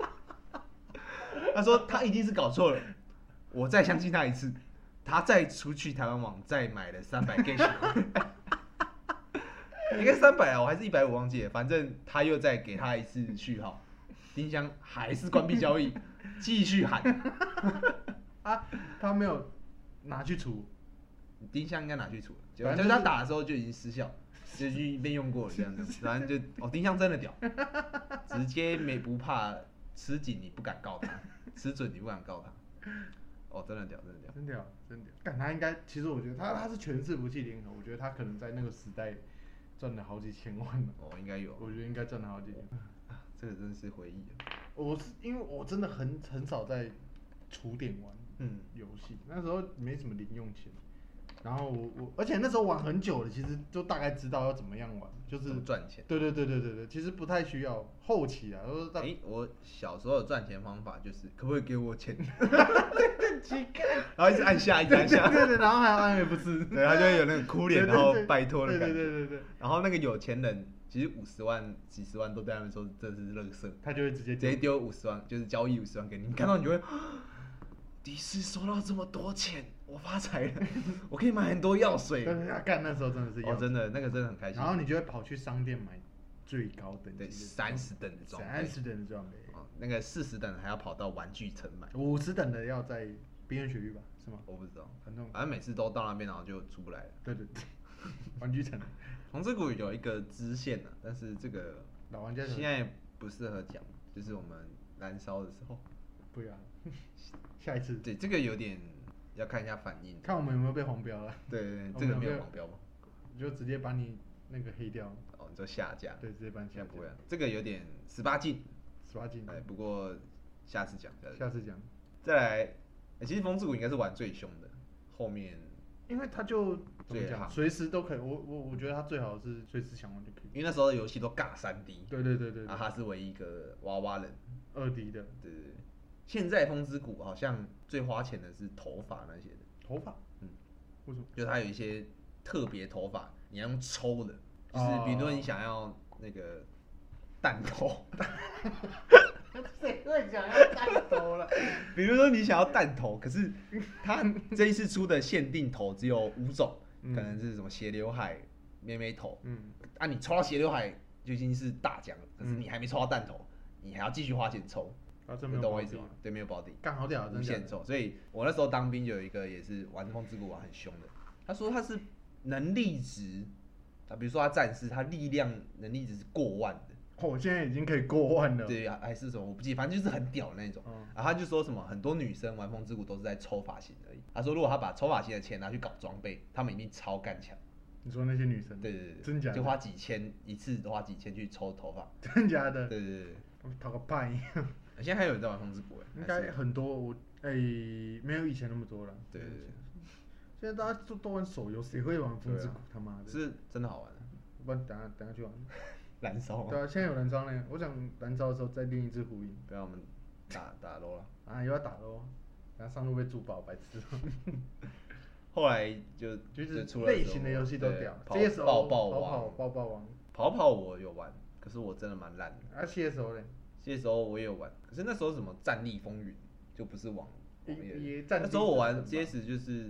他说他一定是搞错了。我再相信他一次，他再出去台湾网再买了300 Gage， 应该300啊，我还是150忘记了，反正他又再给他一次序号，丁香还是关闭交易，继续喊
啊，他没有拿去除，
丁香应该拿去除了，就是他打的时候就已经失效，就被用过了这样子，反正就丁香真的屌，直接不怕吃紧你不敢告他，吃准你不敢告他。真的屌。
干他应该，其实我觉得他是全伺服器联合，我觉得他可能在那个时代赚了好几千万了。
应该有。
我觉得应该赚了好几千万。
这个真是回忆
因为我真的很少在储点玩游戏，那时候没什么零用钱。然后而且那时候玩很久了，其实就大概知道要怎么样玩，就是
赚钱。
对，其实不太需要后期啊。
我小时候的赚钱方法就是可不可以给我钱？
乞丐，
然后一直按下，对，
然后还要按 F4，
对，他就会有那个哭脸，然后拜托的感觉。
对。
然后那个有钱人其实50万、几十万都对他们说这是垃圾，
他就会直接
丢50万，就是交易50万给你。你看到你就会。迪士收到这么多钱，我发财了，我可以买很多药水。
干那时候真的是
真的那个真的很开心。
然后你就会跑去商店买最高等级的
30等的装备
，30等的装备。
那个40等的还要跑到玩具城买
，50等的要在边缘雪域吧？是吗？
我不知道，
反正
每次都到那边然后就出不来了。
对，玩具城。
红之谷有一个支线但是这个
老玩家
现在不适合讲，就是我们燃烧的时候。
不要。下一次。
对，这个有点要看一下反应，
看我们有没有被黄标了。
对，这个没有黄标吗？
就直接把你那个黑掉。
你就下架。
对，直接把你下架。
不会，这个有点18禁。
18禁。
不过下次讲。
再
来，其实风之谷应该是玩最凶的，后面。
因为他就怎么讲，随时都可以。我觉得他最好是随时想玩就可以。
因为那时候的游戏都尬3D。
对。
他是唯一一个娃娃人。
2D 的。
对。现在风之谷好像最花钱的是头发那些的。
头发？为什么？
就它有一些特别头发，你要用抽的，就是比如说你想要那个弹头。
谁会想要弹头了？
比如说你想要弹头，可是它这一次出的限定头只有5种，可能是什么斜刘海、妹妹头。你抽到斜刘海就已经是大奖了，可是你还没抽到弹头，你还要继续花钱抽。
你
懂我意思吗？对，没有保底，
干好屌，
无限抽。所以我那时候当兵就有一个也是玩风之谷玩很凶的，他说他是能力值，比如说他战士，他力量能力值是过万的。
现在已经可以过万了。
对，还是什么我不记得，反正就是很屌的那种。然后他就说什么很多女生玩风之谷都是在抽发型而已。他说如果他把抽发型的钱拿去搞装备，他们一定超干强。
你说那些女生？
对，
真假的？
就花几千一次，都花几千去抽头发。
真假的？
对。
讨个派。
现在还有人在玩风之谷
应该很多，没有以前那么多了。
对。
现在大家都玩手游，谁会玩风之谷？他妈的。
是真的好玩。
不然等下去玩。
燃烧。
对啊，现在有燃烧呢。我想燃烧的时候再练一只火影。
不要我们打 LOL 了。
又要打 LOL，然后上路被猪爆，白痴。
后来
就是
出了
类型的游戏都屌。CSO 爆王。
跑我有玩，可是我真的蛮烂的。
CSO 嘞
？CSO 我也有玩，可是那时候什么战力风云就不是网页。
那
时候我玩 CS 就是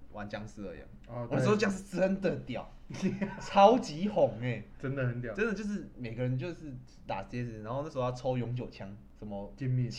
玩僵尸而已。
哦，
我那时候僵尸真的屌，超级红
真的很屌，
真的就是每个人就是打 CS， 然后那时候要抽永久枪，什么
歼灭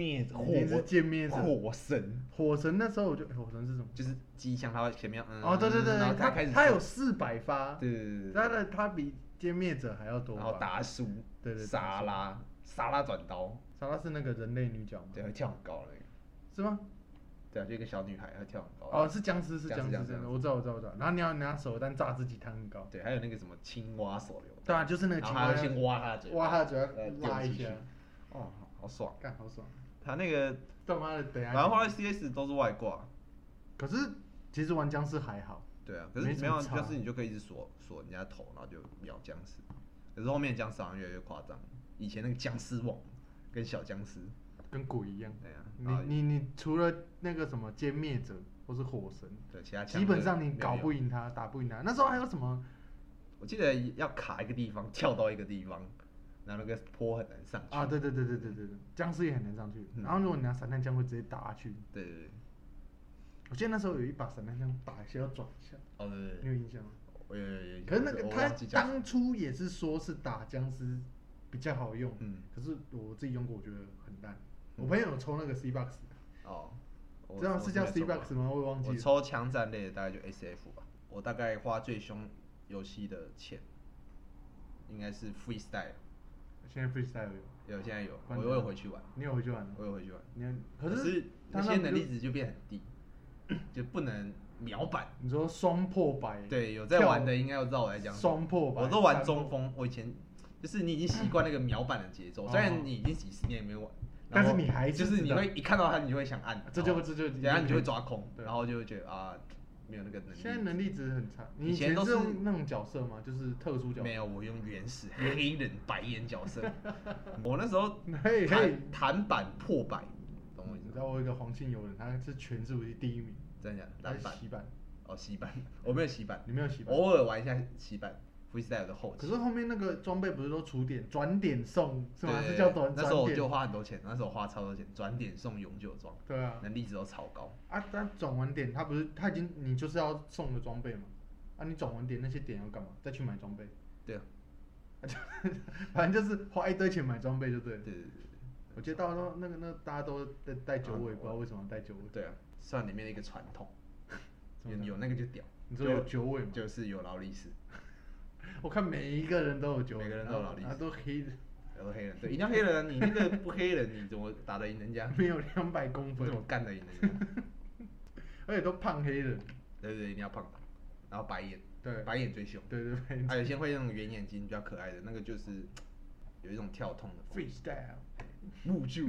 火神，
火神那时候火神是什么？
就是机枪，它会前面
哦对，
然后开始
它有400发，
对，
它比歼灭者还要多，
然后打输，
对，
沙拉转刀，
莎拉是那个人类女角吗？
对，会跳很高那个，
是吗？
对啊，就一个小女孩，会跳很高。
哦，是僵尸，我知道。然后你要拿手弹炸自己弹很高。
对，还有那个什么青蛙手榴。
对啊，就是那个青蛙。
然后先挖他的嘴，
挖他的嘴拉一下。
哦，好爽，
干好爽。
他那个
他妈的，等下。
然后后来 CS 都是外挂。
可是其实玩僵尸还好。
对啊，可是没有僵尸你就可以一直锁人家头，然后就秒僵尸。可是后面僵尸好像越来越夸张，以前那个僵尸网跟小僵尸。
跟鬼一样。
对啊。
你除了那个什么歼灭者或是火神，
对，其他
基本上你搞不赢他，打不赢他。那时候还有什么？
我记得要卡一个地方，跳到一个地方，然后那个坡很难上去。
啊，对，僵尸也很难上去。然后如果你拿散弹枪，会直接打下去。
对。
我记得那时候有一把散弹枪，打一下要转一下。
哦，对。
你有印象吗？
我有。
可是那个他当初也是说是打僵尸比较好用，可是我自己用过，我觉得很烂。我朋友有抽那个 C box，
哦，
知道是叫 C box 吗？我也忘记了。
我抽枪战类的大概就 SF 吧。我大概花最凶游戏的钱，应该是 Freestyle。
现在 Freestyle
有，现在有，我有回去玩。
你有回去玩？
我有回去玩。
可是
那些能力值就变很低，就不能秒板。
你说双破百？
对，有在玩的应该都知道我在讲什么。
双破百。
我都玩中锋，我以前就是你已经习惯那个秒板的节奏，虽然你已经几十年没玩。
但是你还
就是你会一看到它，你就会想按，
这就，
然后你就会抓空，然后就会觉得啊，没有那个能力。
现在能力值很差。你以前都是用那种角色吗？就是特殊角色？
没有，我用原始黑人白眼角色。我那时候弹板破百，懂我意思？
你知道我有一个黄庆友人，他是全世界第1名。
真的假的？
篮板。洗板。
哦，洗板，我没有洗板。
你没有洗板？
偶尔玩一下洗板。Freestyle 的后期，
可是后面那个装备不是都出点转点送是吗？是叫转点。
那时候我就花很多钱，那时候花超多钱，转点送永久装。
对啊，
能力值都超高。
啊，但转完点，他已经你就是要送的装备嘛？啊，你转完点那些点要干嘛？再去买装备。
对啊。
反正就是花一堆钱买装备就对了。
对。
我记得到时候那大家都带9尾，不知道为什么带9尾。
对啊，算里面的一个传统。有那个就屌。
你说有9尾吗？
就是有劳力士。
我看每一个人都有9尾，
每个人都有劳力士，
都黑人，
都黑人，对，一定要黑人，你那个不黑人，你怎么打得赢人家？
没有200公分，
怎么干得赢人家？
而且都胖黑人，
对，一定要胖，然后白眼，
对，
白眼最凶，
对，
还有些会那种圆眼睛比较可爱的，那个就是有一种跳痛的
freestyle，
木柱，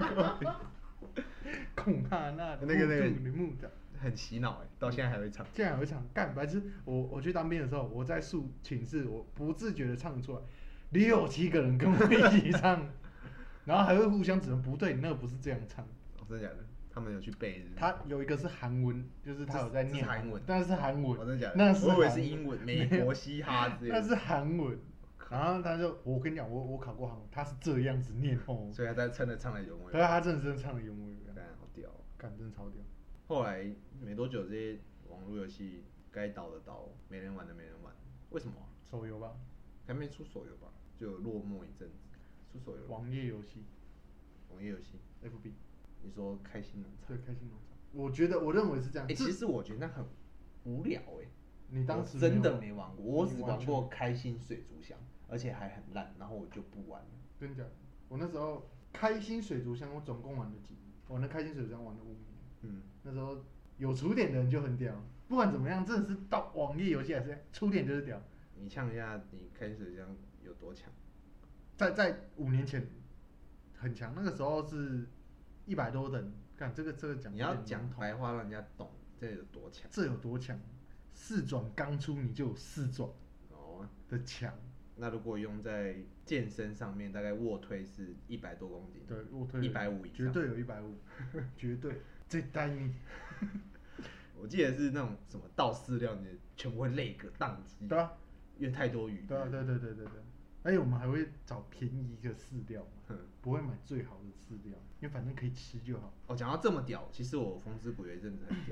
孔哈那那个木的。很
洗脑到现在还会唱。
现在还会唱，干白痴！我去当兵的时候，我在寝室，我不自觉的唱出来，6、7个人跟我一起唱，然后还会互相指认，不对，你那个不是这样唱。
哦，真的假的？他们有去背是不是？
他有一个是韩文，就是他有在念
韩文，
但是韩文。
哦，真的假的？
那是
我以为是英文，美国嘻哈之类的。
那是韩文，然后他就，我跟你讲，我考过韩文，他是这样子念哦。
所以他在真的唱的原味。
对，他真的唱的原味。
干，好屌！
干，真的超屌。
后来没多久，这些网络游戏该倒的倒，没人玩的没人玩，为什么？
手游吧，
还没出手游吧，就落寞一阵子。出手游。
网页游戏。
网页游戏。
FB。
你说开心农场？
对，开心农场。我认为是这样。
其实我觉得那很无聊
你当时
真的没玩过，我只玩过开心水族箱，而且还很烂，然后我就不玩了。
真假的？我那时候开心水族箱，我总共玩了几年？我那开心水族箱玩了5年。那时候有出点的人就很屌，不管怎么样，真的是到网页游戏还是出点就是屌。
你呛一下，你开心水族箱有多强？
在5年前很强，那个时候是100多等。看这个讲，
你要讲白话让人家懂，这有多强？
这有多强？4转刚出你就有4转的强。
那如果用在健身上面，大概卧推是100多公斤。
对，卧推
150以上，
绝对有150，绝对。这单你，
我记得是那种什么倒饲料，你全部会累个宕机。
对啊，
因为太多鱼。
对。而且我们还会找便宜的饲料嘛，不会买最好的饲料，因为反正可以吃就好。
讲到这么屌，其实我风之谷有一阵子很屌。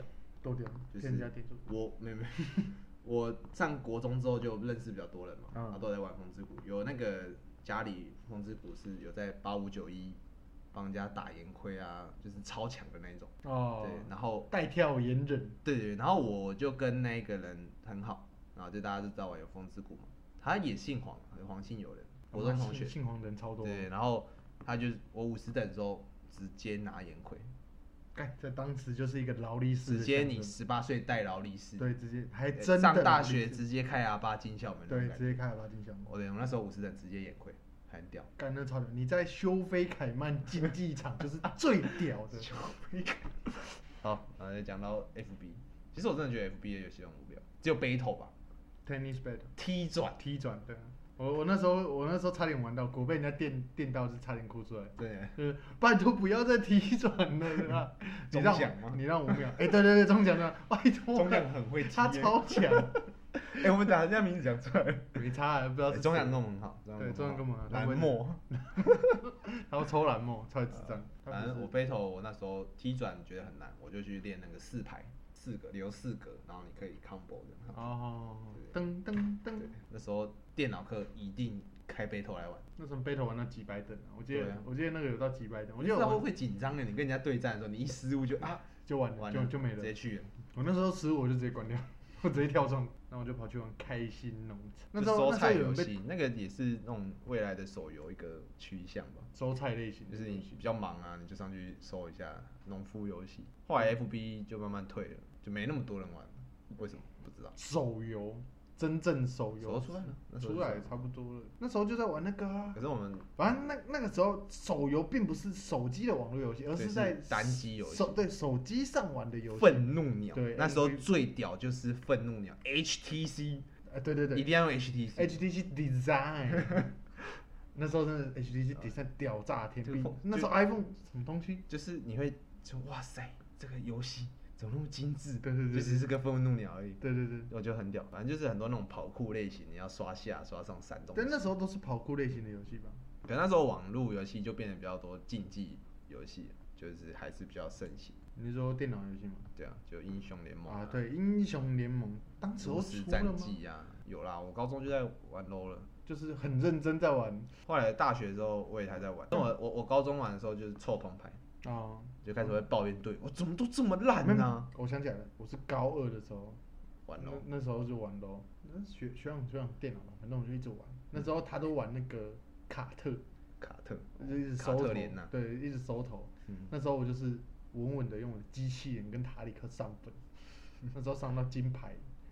剁掉，
就是
人家店主。
没，我上国中之后就认识比较多人嘛，然后都在玩风之谷，有那个家里风之谷是有在8591帮人家打岩盔啊，就是超强的那一种。
哦。
对，然后
带跳岩人。
对，然后我就跟那个人很好，然后就大家就知道我有风之谷嘛，他也姓黄，黄姓友人，国中同学。
姓黄人超多。
对，然后他就我50等的时候直接拿岩盔。
在当时就是一个劳力士，
直接你18岁带劳力士，
对，直接还真的
上大学直接开R8进校门，
对，直接开R8进校门。
我那时候50等直接眼亏，很屌。
干那超屌！你在修菲凯曼竞技场就是最屌的。
修菲凯。好，然后就讲到 FB， 其实我真的觉得 FB 的游戏很无聊，只有 Battle 吧
，Tennis Battle，
踢转，
对。我那时候差点玩到，果被人家电到，是差点哭出来。
对，
就是拜托不要再踢转了啦！
中奖吗？
你让5秒。对，中奖的，拜托。
中奖很会踢，
他超强。
我们把人家名字讲出来，
没差，不知道是。
中奖跟我们很好，
对，中奖跟我们好。
蓝墨，
然后抽蓝墨，超智障。
反正我 Battle 我那时候踢转觉得很难，我就去练那个4排，4个留4格，然后你可以 combo 的。
哦。噔。
那时候电脑课一定开 Battle 来玩。
那时候 Battle 玩到几百等啊？我记得那个有到几百等。我
记得会紧张的，你跟人家对战的时候，你一失误就
完了，就没了，
直接去了。
我那时候失误我就直接关掉，我直接跳窗，然后我就跑去玩开心农场。那时候
收菜游戏，那个也是那种未来的手游一个趋向吧。
收菜类型，
就是你比较忙啊，你就上去收一下农夫游戏。后来 FB 就慢慢退了，就没那么多人玩了。为什么？不知道。
手游。真正手游
出来了，
出来差不多了。那时候就在玩那个啊。
可是我们
反正那个时候手游并不是手机的网络游戏，而是在
单机游戏。
对，手机上玩的游戏。
愤怒鸟。
对，
那时候最屌就是愤怒鸟 HTC。
对，
一定要用 HTC。
Design。那时候真的 HTC Design 屌炸天地。那时候 iPhone 什么东西？
就是你会说哇塞，这个游戏。怎么那么精致？
对，
就只是个愤怒鸟而已。
对，
我觉得很屌。反正就是很多那种跑酷类型，你要刷下刷上3种。
但那时候都是跑酷类型的游戏吧？
可那时候网络游戏就变得比较多竞技游戏，就是还是比较盛行。
你是说电脑游戏吗？
对啊，就英雄联盟
啊。对，英雄联盟当时候出了吗？
战记啊，有啦，我高中就在玩 LOL 了，
就是很认真在玩。
后来大学的时候我也还在玩。我高中玩的时候就是凑铜牌。就开始会抱怨队，我怎么都这么烂啊！
我想起来了，我是高2的时候
玩LOL，
那时候就玩LOL，学长电脑嘛，反正我就一直玩。那时候他都玩那个卡特，就一直收头，对，一直收头。那时候我就是稳稳的用了机器人跟塔里克上分，那时候上到金牌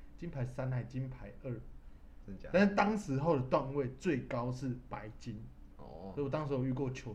3还金牌2，
真假？
但是当时候的段位最高是白金，所以我当时有遇过球。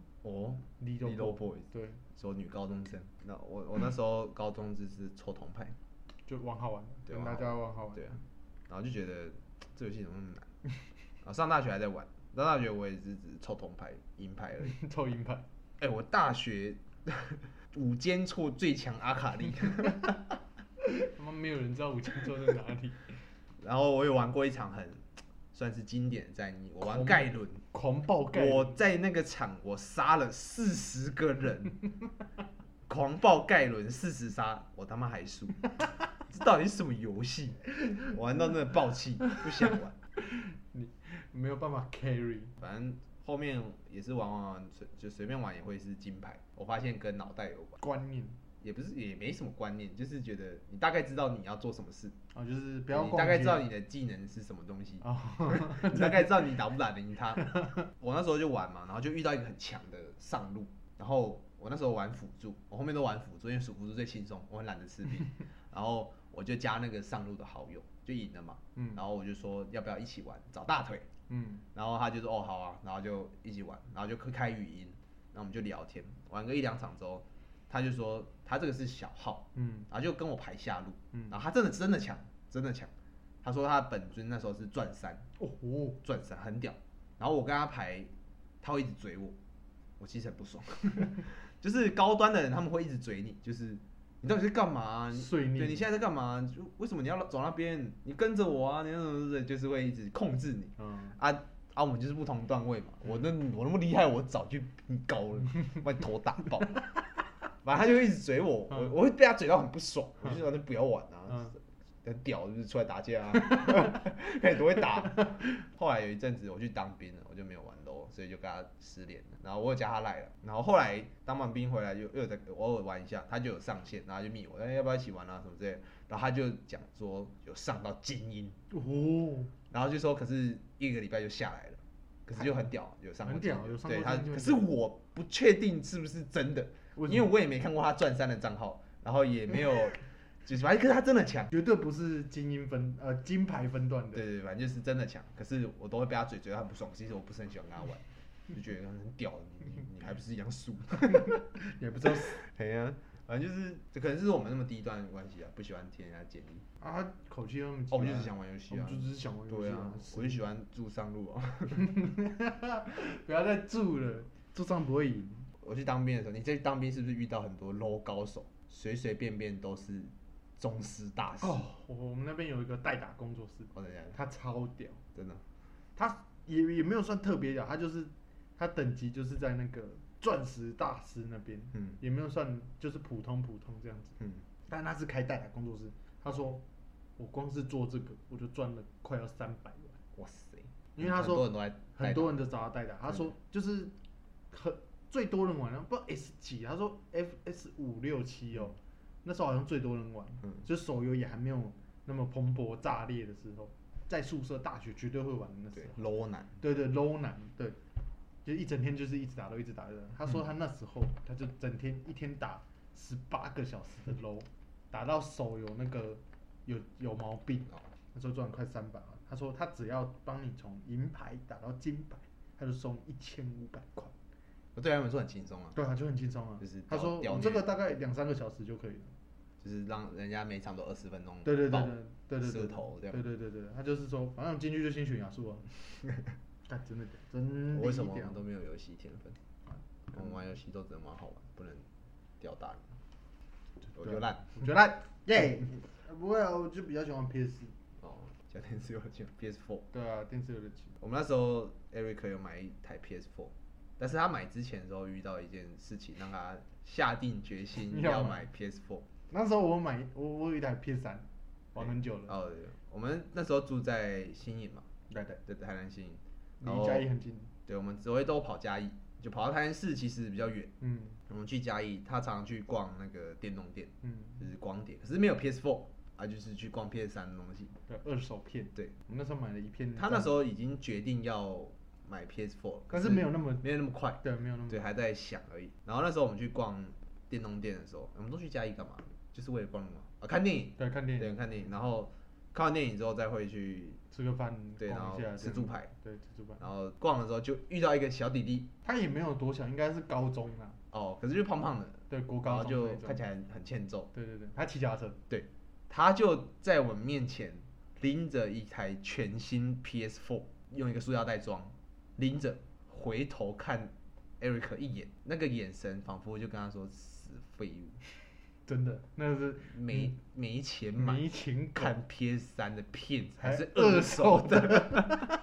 Little Boys，
对，
说女高中生。那我那时候高中就是抽铜牌，
就玩好玩，跟大家玩好玩。
对啊，然后就觉得这游戏怎么那么难？啊，上大学还在玩，上大学我也是只抽铜牌、银牌而已。
抽银牌。
我大学5间错最强阿卡丽。
他妈没有人知道5间错在哪里。
然后我有玩过一场算是经典的战役，我玩盖伦，
狂暴盖伦。
我在那个场我杀了40个人，狂暴盖伦40杀，我他妈还输，这到底是什么游戏？玩到那个爆气，不想玩。
你没有办法 carry。
反正后面也是玩，就随便玩也会是金牌。我发现跟脑袋有关。
观念。
也没什么观念，就是觉得你大概知道你要做什么事，
就是不要。
你大概知道你的技能是什么东西，你大概知道你打不打得赢他。我那时候就玩嘛，然后就遇到一个很强的上路，然后我那时候玩辅助，我后面都玩辅助，因为辅助最轻松，我很懒得吃兵，然后我就加那个上路的好友，就赢了嘛，然后我就说要不要一起玩，找大腿，然后他就说哦好啊，然后就一起玩，然后就开语音，然后我们就聊天，玩个1-2场之后。他就说他这个是小号，然后就跟我排下路，然后他真的强，他说他的本尊那时候是钻3，钻3很屌，然后我跟他排，他会一直追我，我其实很不爽，就是高端的人他们会一直追你，就是你到底是干嘛？对，你现在在干嘛？就为什么你要走那边？你跟着我啊，你就是会一直控制你，我们就是不同段位嘛，我那么厉害，我早就比你高了，把你头打爆。 反正他就一直嘴我，我会被他嘴到很不爽，我就说那不要玩啊，很屌就是出来打架啊，看你多会打。后来有一阵子我去当兵了，我就没有玩 LOL， 所以就跟他失联了。然后我有加他赖了，然后后来当完兵回来又有在偶尔玩一下，他就有上线，然后就密我，要不要一起玩啊什么之类的。然后他就讲说有上到精英，然后就说可是一个礼拜就下来了，可是就很屌，有上过精英，
很屌，有上过
对
精英。
可是我不确定是不是真的，因为我也没看过他钻3的账号，然后也没有。就是反正，可是他真的强，
绝对不是金牌分段的。
对，反正就是真的强。可是我都会被他嘴到很不爽，其实我不是很喜欢跟他玩，就觉得很屌，你还不是一样输，
也不知道死。
对呀，反正就是可能是我们那么低端的关系啊，不喜欢听人家建议。
啊，口气那么
我们就是想玩游戏啊，
我们就只是想玩游戏。
对啊，我就喜欢住上路啊。
不要再住了，住上不会赢。
我去当兵的时候，你在当兵是不是遇到很多 low 高手，随随便便都是宗师大师？
我们那边有一个代打工作室，他超屌，
真的。
他也没有算特别屌，他等级就是在那个钻石大师那边，也没有算就是普通这样子，但他是开代打工作室，他说我光是做这个我就赚了快要300万，
哇塞！
因为他说
很
多人都找他代打，他说就是最多人玩，不知道 S 几，他说 FS 5、6、7哦。那时候好像最多人玩，就手游也还没有那么蓬勃炸裂的时候，在宿舍大学绝对会玩的那时候。
low 难。
对 low 难，对，就一整天就是一直打。他说他那时候他就一天打18个小时的 low， 打到手有那个有毛病，那时候赚快300万。他说他只要帮你从银牌打到金牌，他就收1500块。
对他们说很轻松啊。
对啊，就很轻松啊。
就是
他说我这个大概2-3个小时就可以了。
就是让人家每场都20分钟，
对，
射头这样。
对，他就是说，反正进去就先选亚素啊。真的。
我为什么我们都没有游戏天分？我们玩游戏都只能玩好玩，不能钓大人。我就烂，
耶！不会啊，我就比较喜欢 PS。
家电视有得起 PS4。
对啊，电视有得起。
我们那时候 Eric 有买一台 PS4，但是他买之前的时候遇到一件事情，让他下定决心要买 PS4。
那时候我有一台 PS3，玩很久了。
对，我们那时候住在新营嘛，
对，
台南新营，
离嘉义很近。
对，我们只会都跑嘉义，就跑到台南市其实比较远。我们去嘉义，他常常去逛那个电动店，就是光碟，可是没有 PS4 啊，就是去逛 PS3的东西。
对，二手片。
对，
我那时候买了一片。
他那时候已经决定要买 PS4，
但是没有那么
快。
对，没有那么。
对，还在想而已。然后那时候我们去逛电动店的时候，我们都去嘉义干嘛？就是为了逛嘛，看电影。
对，看电
影。然后看完电影之后再会去
吃个饭，
对，然后吃猪排。
对，吃猪排。
然后逛的时候就遇到一个小弟弟，
他也没有多小，应该是高中啊。
可是就胖胖的。
对，国高中。
然后就看起来很欠揍。
对，他骑脚踏车。
对，他就在我们面前拎着一台全新 PS4，用一个塑料袋装，拎着回头看 Eric 一眼，那个眼神仿佛就跟他说死废物。
真的，那是
没钱买，
没钱
看 PS3 的片子，还是二手的。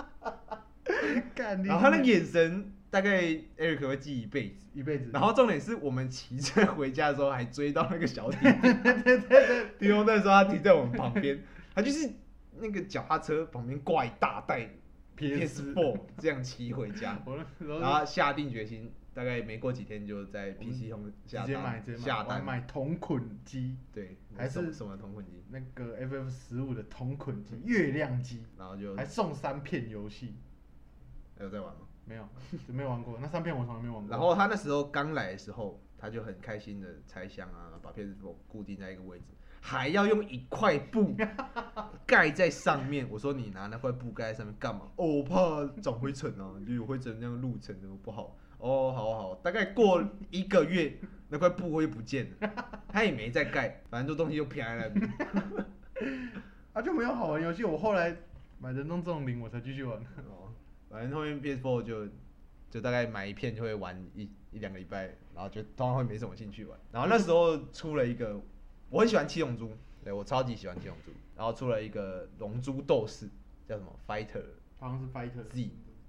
然后他的眼神，大概 Eric 会记一辈子，然后重点是我们骑车回家的时候，还追到那个小弟弟。对，因为那时候他停在我们旁边，他就是那个脚踏车旁边挂一大袋 PS4，这样骑回家。然后下定决心。大概没过几天就在 PC 上下单
买同捆机，
对，
还是
什么同捆机？
那个 FF15的同捆机，月亮机，
然后就
还送3片游戏。
有在玩吗？
没有，就没玩过。那3片我从来没玩过。
然后他那时候刚来的时候，他就很开心的拆箱啊，把 PS4 固定在一个位置，还要用一块布盖在上面。我说你拿那块布盖在上面干嘛？我怕长灰尘啊，就有灰尘那样路程的不好。好，大概过1个月，那块布会不见了，他也没再盖，反正这东西就撇在那边。
就没有好玩游戏。我后来买人中纵灵，我才继续玩。
反正后面 PS4 就大概买一片就会玩1-2个礼拜，然后就通常会没什么兴趣玩。然后那时候出了一个，我很喜欢七龙珠，对，我超级喜欢七龙珠。然后出了一个龙珠斗士，叫什么 Fighter，
好像是 Fighter
Z。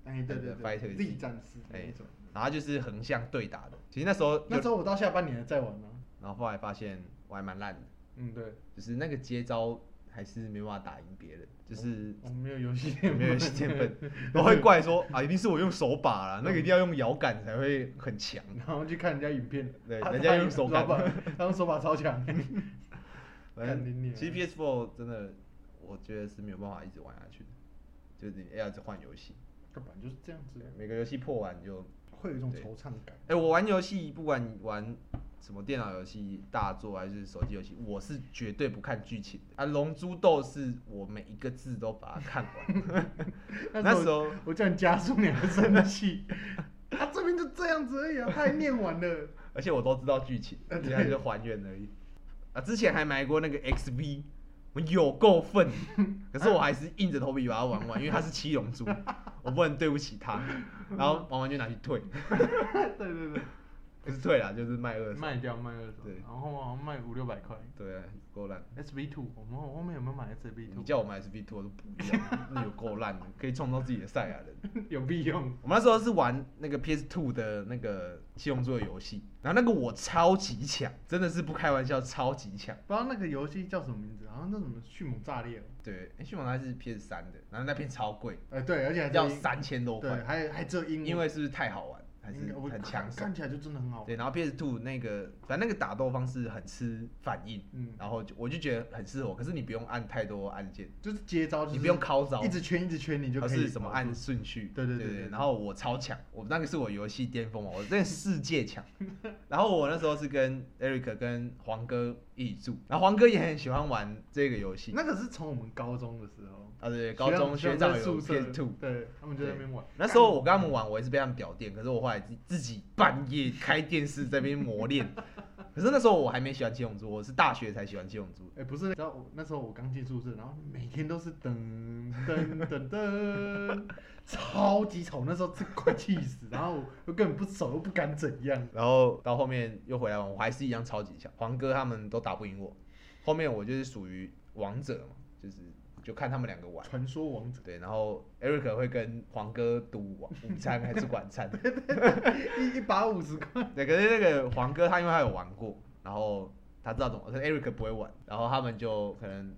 哎，对对对
，Fighter
，Z 战士那一种。
然后它就是横向对打的。其实那时候
我到下半年还在玩呢。
然后后来发现我还蛮烂的。
嗯，对。
就是那个接招还是没办法打赢别人，就是
我没有游戏
没有游戏天分，都会怪说啊，一定是我用手把啦，那个一定要用摇杆才会很强。
然后去看人家影片，
对，人家用手把，
他用手把超强。
其实 PS4 真的，我觉得是没有办法一直玩下去的，就是要一直换游戏。
根本就是这样子。
每个游戏破完就
会有一种惆怅感。
我玩游戏，不管你玩什么电脑游戏、大作还是手机游戏，我是绝对不看剧情的。龙珠斗士我每一个字都把它看完。那时候
我叫你加速，你还生气。这边就这样子而已啊，他还念完了。
而且我都知道剧情，现在就还原而已。之前还买过那个 XV， 我有够愤，可是我还是硬着头皮把它玩完，因为它是七龙珠，我不能对不起他。然后玩完就拿去退。
对对对。
不是退啦，就是卖二手。
卖掉卖二手。
对。
然后好像卖500-600块。
对啊，够烂。
SV2，我们后面有没有买 SV2？
你叫我买 SV2 我都不要，那有够烂的，可以创造自己的赛亚人。
有必用。
我们那时候是玩那个 PS2 的那个七龙珠的游戏，然后那个我超级强，真的是不开玩笑，超级强。
不知道那个游戏叫什么名字，好像那什么迅猛炸裂。
对，迅猛它是 PS3的，然后那片超贵。
对，而且还
要3000多块。
对，还只有英文。
因为是不是太好玩？还是很抢手，
看起来就真的很好玩。
对，然后 PS2 那个，反正那个打斗方式很吃反应，然后我就觉得很适合我。可是你不用按太多按键，
就是接招，
你不用靠招，
一直圈你就可以。
是什么按顺序？
对对对。
然后我超强，我那个是我游戏巅峰我真的世界强。然后我那时候是跟 Eric 跟黄哥一起住，然后黄哥也很喜欢玩这个游戏。
那个是从我们高中的时候。
对，高中学长有 PS2，
对，他们就在那边玩。
那时候我跟他们玩，我也是被他们屌电，可是我后来自己半夜开电视在那边磨练。可是那时候我还没喜欢七龙珠，我是大学才喜欢七龙珠。
不是，你知道那时候我刚进宿舍，然后每天都是噔噔噔噔，超级吵，那时候快气死，然后我根本不熟，又不敢怎样。
然后到后面又回来玩，我还是一样超级强，黄哥他们都打不赢我。后面我就是属于王者嘛，就看他们两个玩。
传说王者。
对，然后 Eric 会跟黄哥赌午餐还是晚餐。
一把50块。
对，可是那个黄哥他因为他有玩过，然后他知道怎么，可是 Eric 不会玩，然后他们就可能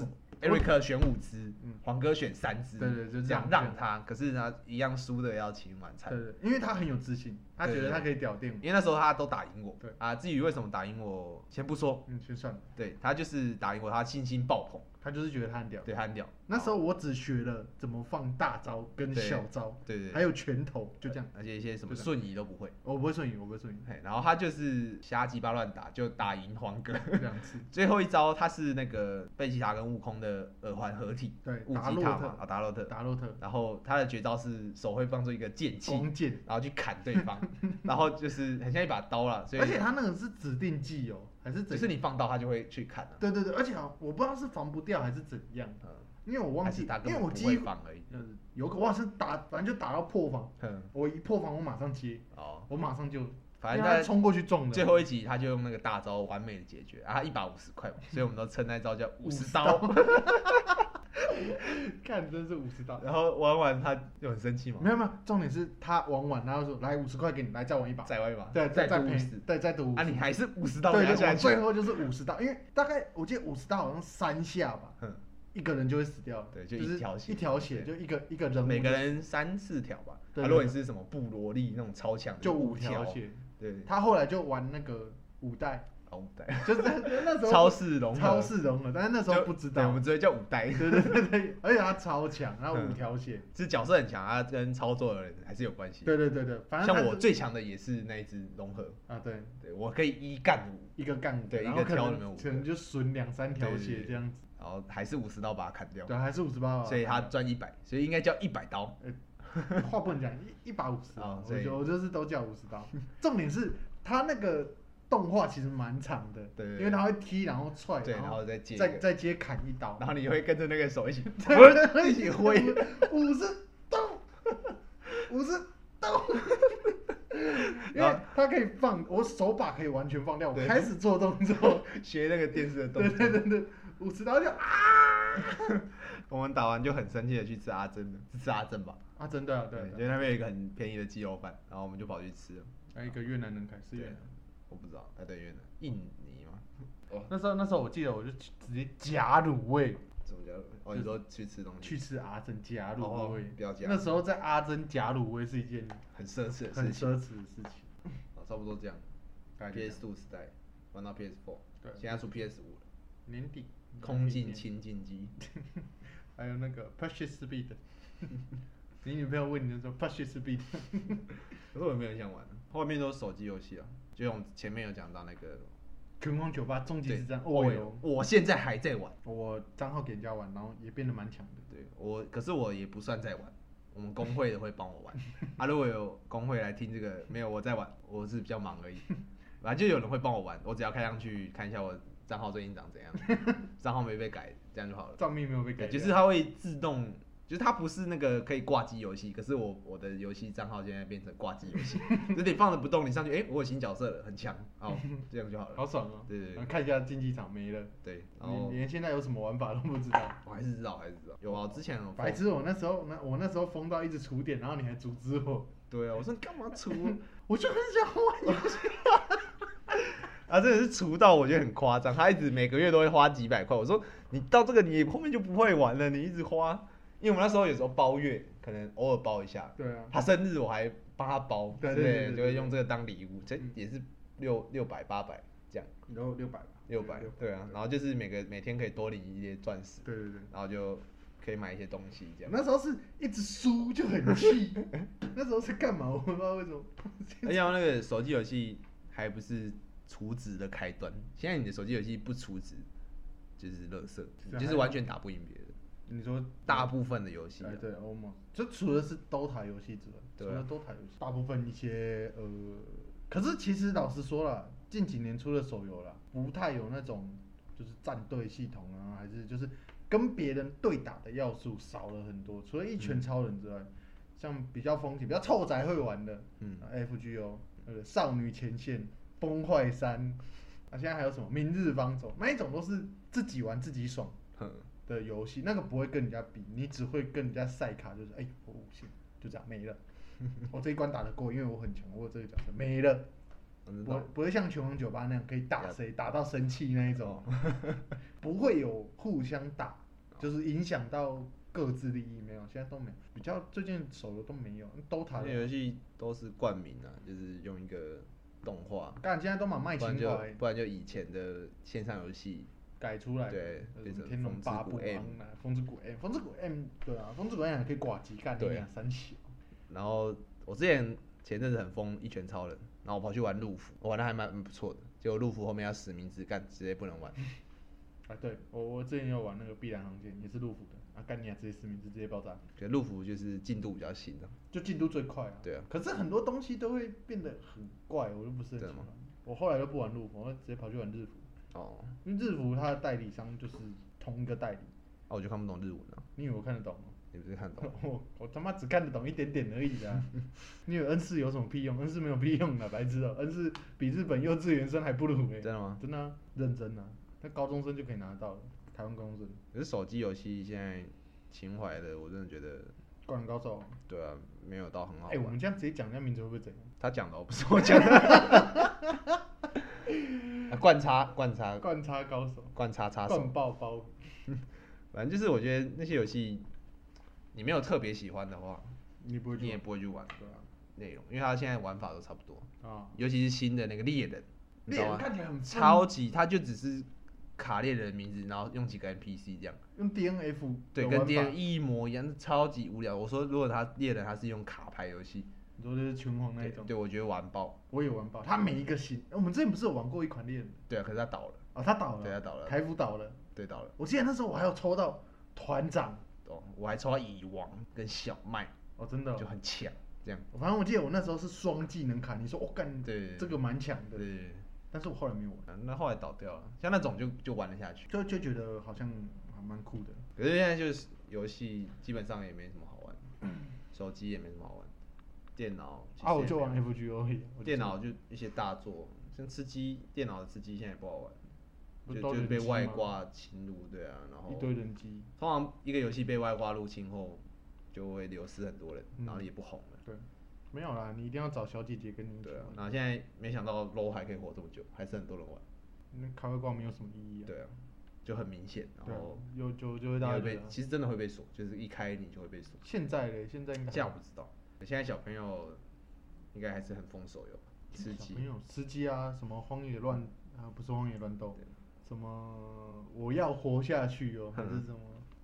Eric 选5只，黄哥选3只，
对，就
这样让他，可是他一样输的要请晚餐。
对，因为他很有自信，他觉得他可以屌电我。
因为那时候他都打赢我。
对
至于为什么打赢我，先不说。
先算了。
对，他就是打赢我，他信心爆棚。
他就是觉得他很屌。
对，他很屌。
那时候我只学了怎么放大招跟小招，
对，
还有拳头，就这样。
而且一些什么瞬移都不会。
我不会瞬移，我不会瞬移。
然后他就是瞎鸡巴乱打，就打赢黄哥
2次。
最后一招他是那个贝吉塔跟悟空的耳环合体。
对，
达洛特。
达洛特。
然后他的绝招是手会放出一个剑气，
光剑，
然后去砍对方，然后就是很像一把刀啦。所以
而且他那个是指定技哦，还是
就是你放刀他就会去砍。
对，而且我不知道是防不掉还是怎样。因为我忘记，因为我
不会防而已。
我好像反正就打到破防。我一破防我马上接。我马上就。
反正他
冲过去撞的。
最后一集他就用那个大招完美的解决，他1把50块嘛，所以我们都称那招叫50刀。
看真是50刀。
然后玩完他就很生气嘛。
没有，重点是他玩完，他就说来50块给你，来再玩一把。
再玩一把。
对，再
赌
50。对，再赌50。
你还是50刀。
对，我最后就是50刀，因为大概我记得50刀好像3下吧。一个人就会死掉。
对，就一条血。
一条血就一个人。
每个人3-4条吧。如果你是什么布罗利那种超强，
就5条血。
对。
他后来就玩那个5代。
5代。
就是那时候。
超市融
合，但是那时候不知道。
对，我们直接叫5代。
对，而且他超强，然后5条血。
是角色很强，他跟操作的人还是有关系。
对，反正
像我最强的也是那一只融合。
对，
我可以1干5。
一个干5。
对，一个挑里面5。
可能就损2-3条血这样子。
然后还是50刀把它砍掉。
对，还是50刀。
所以他赚100，所以应该叫100刀。
话不能讲，1把50。我就是都叫50刀。重点是他那个动画其实蛮长的，
对，
因为他会踢，然后踹，
对，然后再
接砍1刀，
然后你会跟着那个手一起
一起挥50刀，50刀。因为他可以放，我手把可以完全放掉，我开始做动作，
学那个电视的动作。
对，50刀就
我们打完就很生气的去吃阿珍的，是吃阿珍吧？
啊，真的啊，对，
就那边有一个很便宜的鸡肉饭，然后我们就跑去吃了。
还有一个越南人开是越南，
我不知道，对越南，印尼吗？哦，
那时候我记得我就直接夹卤味，
什么叫？哦，你说去吃东西？
去吃阿珍夹卤味，
不要夹。
那时候在阿珍夹卤味是一件
很奢侈的
很
事情。
奢侈的事情。
差不多这样。PS2 时代玩到 PS4，对，现在出 PS5了。
年底。
空镜清净机，
还有那个 Precious Speed， 你女朋友问你就说 Precious Speed，
可是我没有很想玩，后面都是手机游戏啊，就我们前面有讲到那个
拳皇酒吧终极之战，
我现在还在玩，
我账号给人家玩，然后也变得蛮强的。
对，可是我也不算在玩，我们工会的会帮我玩。啊，如果有工会来听这个，没有我在玩，我是比较忙而已。反正就有人会帮我玩，我只要开上去看一下我账号最近长怎样，账号没被改，这样就好了。
账密没有被改，
就是它会自动，就是它不是那个可以挂机游戏，可是我的游戏账号现在变成挂机游戏，就是你放着不动，你上去，我有新角色了，很强，好，这样就好了。
好爽哦！
对，
看一下竞技场没了。
对，
然后你连现在有什么玩法都不知道。
我还是知道。有啊，之前有。
白痴，我那时候疯到一直出点，然后你还阻止我。
对啊，我说你干嘛出？
我就很想玩游戏。
啊，真的是除到我觉得很夸张，他一直每个月都会花几百块。我说你到这个你后面就不会玩了，你一直花。因为我们那时候有时候包月，可能偶尔包一下。
对啊。
他生日我还帮他包，
对，
就会用这个当礼物，这也是600、800这样。
然后600吧。
600，对啊。然后就是每天可以多领一些钻石。
对。
然后就可以买一些东西这样。
那时候是一直输就很气，那时候是干嘛？我不知道为什么。
而且那个手机游戏还不是储值的开端，现在你的手机游戏不储值就是垃圾，就是完全打不赢别人。
你说
大部分的游戏，
对，欧盟就除了是 DOTA 游戏之外，除了 DOTA 游戏，大部分一些可是其实老实说啦，近几年出的手游啦，不太有那种就是战队系统啊，还是就是跟别人对打的要素少了很多，除了一拳超人之外，像比较风情、比较臭仔会玩的，FGO 少女前线、崩坏3，现在还有什么明日方舟，那一种都是自己玩自己爽的游戏，那个不会跟人家比，你只会跟人家赛卡，就是我5星就这样没了，我这一关打得过，因为我很强，我有这个角色没了。不会像拳皇酒吧那样可以打谁打到生气那一种，不会有互相打，就是影响到各自利益没有，现在都没有，比较最近手游都没有，DOTA
的游戏都是冠名啊，就是用一个动画，
现在都卖情怀，
不然就以前的线上游戏
改出来，
对，变成
天龙八部 M， 风之谷 M， 对啊，风之谷 M 还可以挂机干你俩3小。然
后我前阵子很疯一拳超人，然后我跑去玩陆服，我玩的还蛮不错的，结果陆服后面要实名制，直接不能玩。
对，我之前有玩那个碧蓝航舰，也是陆服的，干你直接实名制直接爆炸。
可陆服就是进度比较新的，
就进度最快啊。
对啊。
可是很多东西都会变得很怪，我就不是很喜欢。我后来就不玩陆服，我直接跑去玩日服。哦。因为日服它的代理商就是同一个代理。
我就看不懂日文啊。
你以为我看得懂吗？
你不是看得懂？
我他妈只看得懂一点点而已啊！你以为N4有什么屁用？N4没有屁用的，白痴哦！N4比日本幼稚园生还不如真
的吗？
真的啊，认真啊，那高中生就可以拿到了，台湾高中生。
可是手机游戏现在情怀的，我真的觉得。
灌篮高手。
对啊，没有到很好玩。
我们这样直接讲人家名字会不会怎样？
他讲的，不是我讲的。灌插
高手。
灌插手。
灌爆包。
反正就是我觉得那些游戏，你没有特别喜欢的话，
你
也不会去玩。
对啊。
内容，因为它现在玩法都差不多。
啊。
尤其是新的那个猎人，
猎人看起来很
超级，他就只是卡猎人的名字，然后用几个 NPC 这样。
用 DNF。
对，跟 DNF 一模一样，超级无聊。我说如果他猎人他是用卡牌游戏，
你说就是拳皇那一种。
对，我觉得玩爆。
我也玩爆，他每一个新，我们之前不是有玩过一款猎人？
对啊，可是他倒了。
他倒了。
对，他倒了。
台服倒了。
对，倒了。
我记得那时候我还有抽到团长。
我还抽到蚁王跟小麦。
真的。
就很强，这样。
反正我记得我那时候是双技能卡，你说干，
对，
这个蛮强的。
对。
但是我后来没有玩。
那后来倒掉了，像那种就玩得下去。
就觉得好像还蛮酷的。
可是现在就是游戏基本上也没什么好玩，手机也没什么好玩，电脑。
我就玩 FGO 而已。
电脑就一些大作，像吃鸡，电脑的吃鸡现在也不好玩。 就是被外挂侵入，对啊，然后
一堆人机。
通常一个游戏被外挂入侵后，就会流失很多人，然后也不红了。
对，没有啦，你一定要找小姐姐跟你一起玩。
对啊，然后现在没想到 LOL 还可以活这么久，还是很多人玩。
那开外挂没有什么意义啊。
对啊，就很明显，然后
就会大家
被，其实真的会被锁，就是一开你就会被锁。
现在嘞，现在应该。
现在我不知道，现在小朋友应该还是很疯手游，吃鸡。
小朋友吃鸡啊，什么荒野乱不是荒野乱斗，什么我要活下去哦，还是什么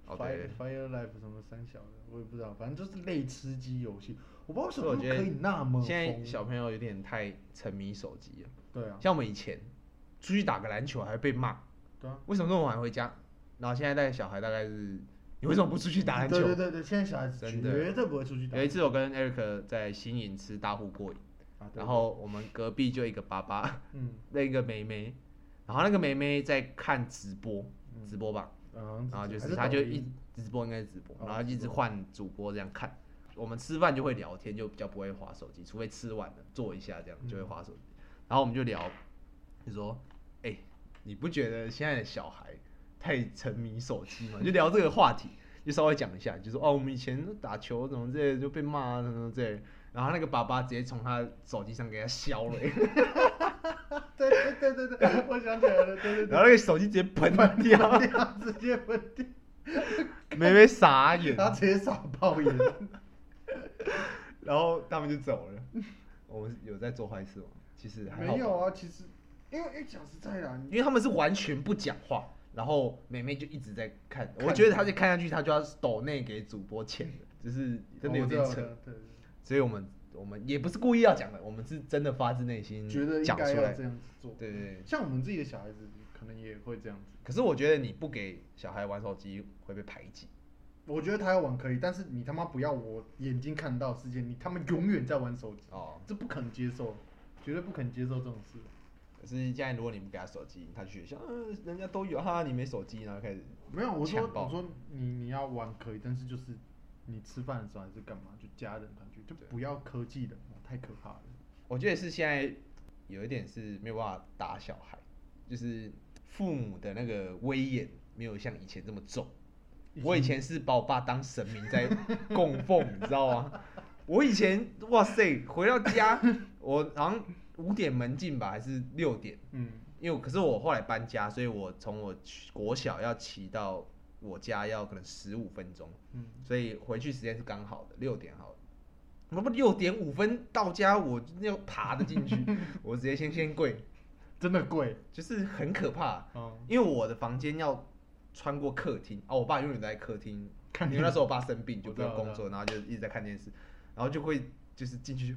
Fire Life 什么三小的，我也不知道，反正就是类吃鸡游戏。我不知道为什么可以那么疯。
现在小朋友有点太沉迷手机了。
对啊。
像我们以前出去打个篮球还会被骂。
对啊。
为什么那么晚回家？然后现在带小孩大概是，你为什么不出去打篮球？
对，现在小孩子绝对不会出去打。
有一次我跟 Eric 在新营吃大户过瘾，然后我们隔壁就一个爸爸，那一个妹妹，然后那个妹妹在看直播吧，然后就是她就直播应该是直播，然后一直换主播这样看。我们吃饭就会聊天，就比较不会滑手机，除非吃完了坐一下这样就会滑手机。然后我们就聊，就说，你不觉得现在的小孩太沉迷手机吗？就聊这个话题，就稍微讲一下，就说我们以前打球怎么之类的就被骂什么之类的，然后那个爸爸直接从他手机上给他削了。
对，我想起来了，对。
然后那个手机直接喷掉，
直接喷掉。
妹妹傻眼，
他直接傻爆眼。
然后他们就走了。我们有在做坏事吗？其实还好。
没有啊，其实因为讲实在的，
因为他们是完全不讲话，然后妹妹就一直在看。我觉得他再看下去，他就要抖内给主播钱了，就是真的有点扯。所以我们也不是故意要讲的，我们是真的发自内心
觉得应该要这样子做。
对，
像我们自己的小孩子可能也会这样子。
可是我觉得你不给小孩玩手机会被排挤。
我觉得他要玩可以，但是你他妈不要我眼睛看到的世界，你他妈永远在玩手机，这不可能接受，绝对不可能接受这种事。
可是现在如果你不给他手机，他去学校，人家都有，你没手机，然后开始
没有，我说你要玩可以，但是就是你吃饭的时候还是干嘛，就家人团聚，就不要科技的，太可怕了。
我觉得是现在有一点是没有办法打小孩，就是父母的那个威严没有像以前这么重。我以前是把我爸当神明在供奉，你知道吗？我以前哇塞，回到家我好像5点门禁吧，还是6点？因为可是我后来搬家，所以我从我国小要骑到我家要可能15分钟，所以回去时间是刚好的6点好了。我不6点5分到家，我要爬得进去，我直接先跪，
真的跪，
就是很可怕。因为我的房间要穿过客厅我爸永远在客厅，因为那时候我爸生病就不用工作，然后就一直在看电视，然后就会就是进去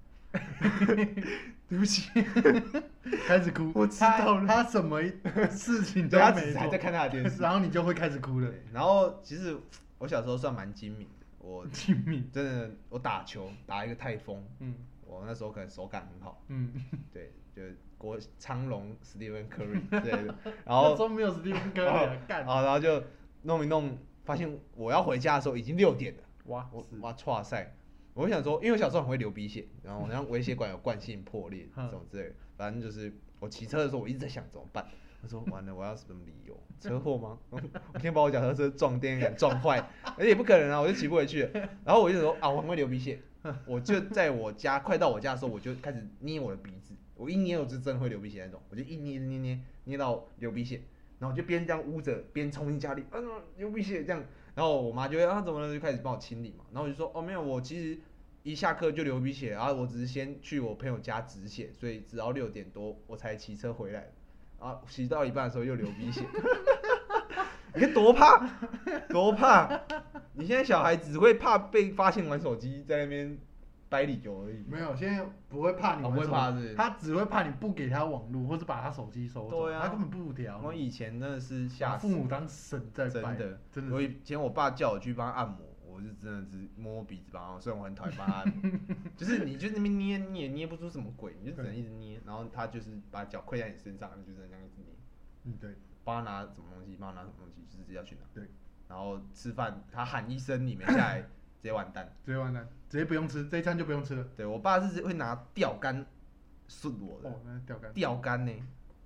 对不起，
开始哭。
我知道了，
他什么事情都没做，
还在看他的电视，
然后你就会开始哭了。
然后其实我小时候算蛮精明的，我
精明，
真的我打球打一个泰丰，我那时候可能手感很好，对，就是昌龙史蒂芬·科瑞之类的，然后
那时候没有史蒂芬·科瑞干，
然后就弄一弄，发现我要回家的时候已经6点了，哇，塞！我想说，因为我小时候很会流鼻血，然后好像微血管有惯性破裂什么之类的，反正就是我骑车的时候，我一直在想怎么办。他说完了，我要什么理由？车祸吗？我先把我脚踏车撞电杆撞坏，而且也不可能啊，我就骑不回去了。然后我就说我很会流鼻血，我就在我家快到我家的时候，我就开始捏我的鼻子，我一捏我就真的会流鼻血那种，我就一捏到流鼻血，然后我就边这样捂着边冲进家里，流鼻血这样。然后我妈就会怎么了，就开始帮我清理嘛。然后我就说没有，我其实一下课就流鼻血，然后我只是先去我朋友家止血，所以直到6点多我才骑车回来。骑到一半的时候又流鼻血，你看多怕！你现在小孩只会怕被发现玩手机，在那边掰理由而已。
没有，现在不会怕你玩手机，
不会怕是
他只会怕你不给他网路，或者把他手机收走。对啊，他根本不调。
我以前真的是吓死，
父母当神在拜，真的。
我以前我爸叫我去帮他按摩，我是真的是摸鼻子帮他，虽然我很讨厌帮他按摩，就是你就那边捏，你也捏不出什么鬼，你就只能一直捏，然后他就是把脚跪在你身上，你就只能这样一直捏。
对。
帮他拿什么东西，就是要去拿。对。然后吃饭，他喊一声你没下来，直接完蛋，
直接不用吃，这一餐就不用吃了。
对我爸是会拿钓竿顺我的。
那钓竿。
钓竿呢？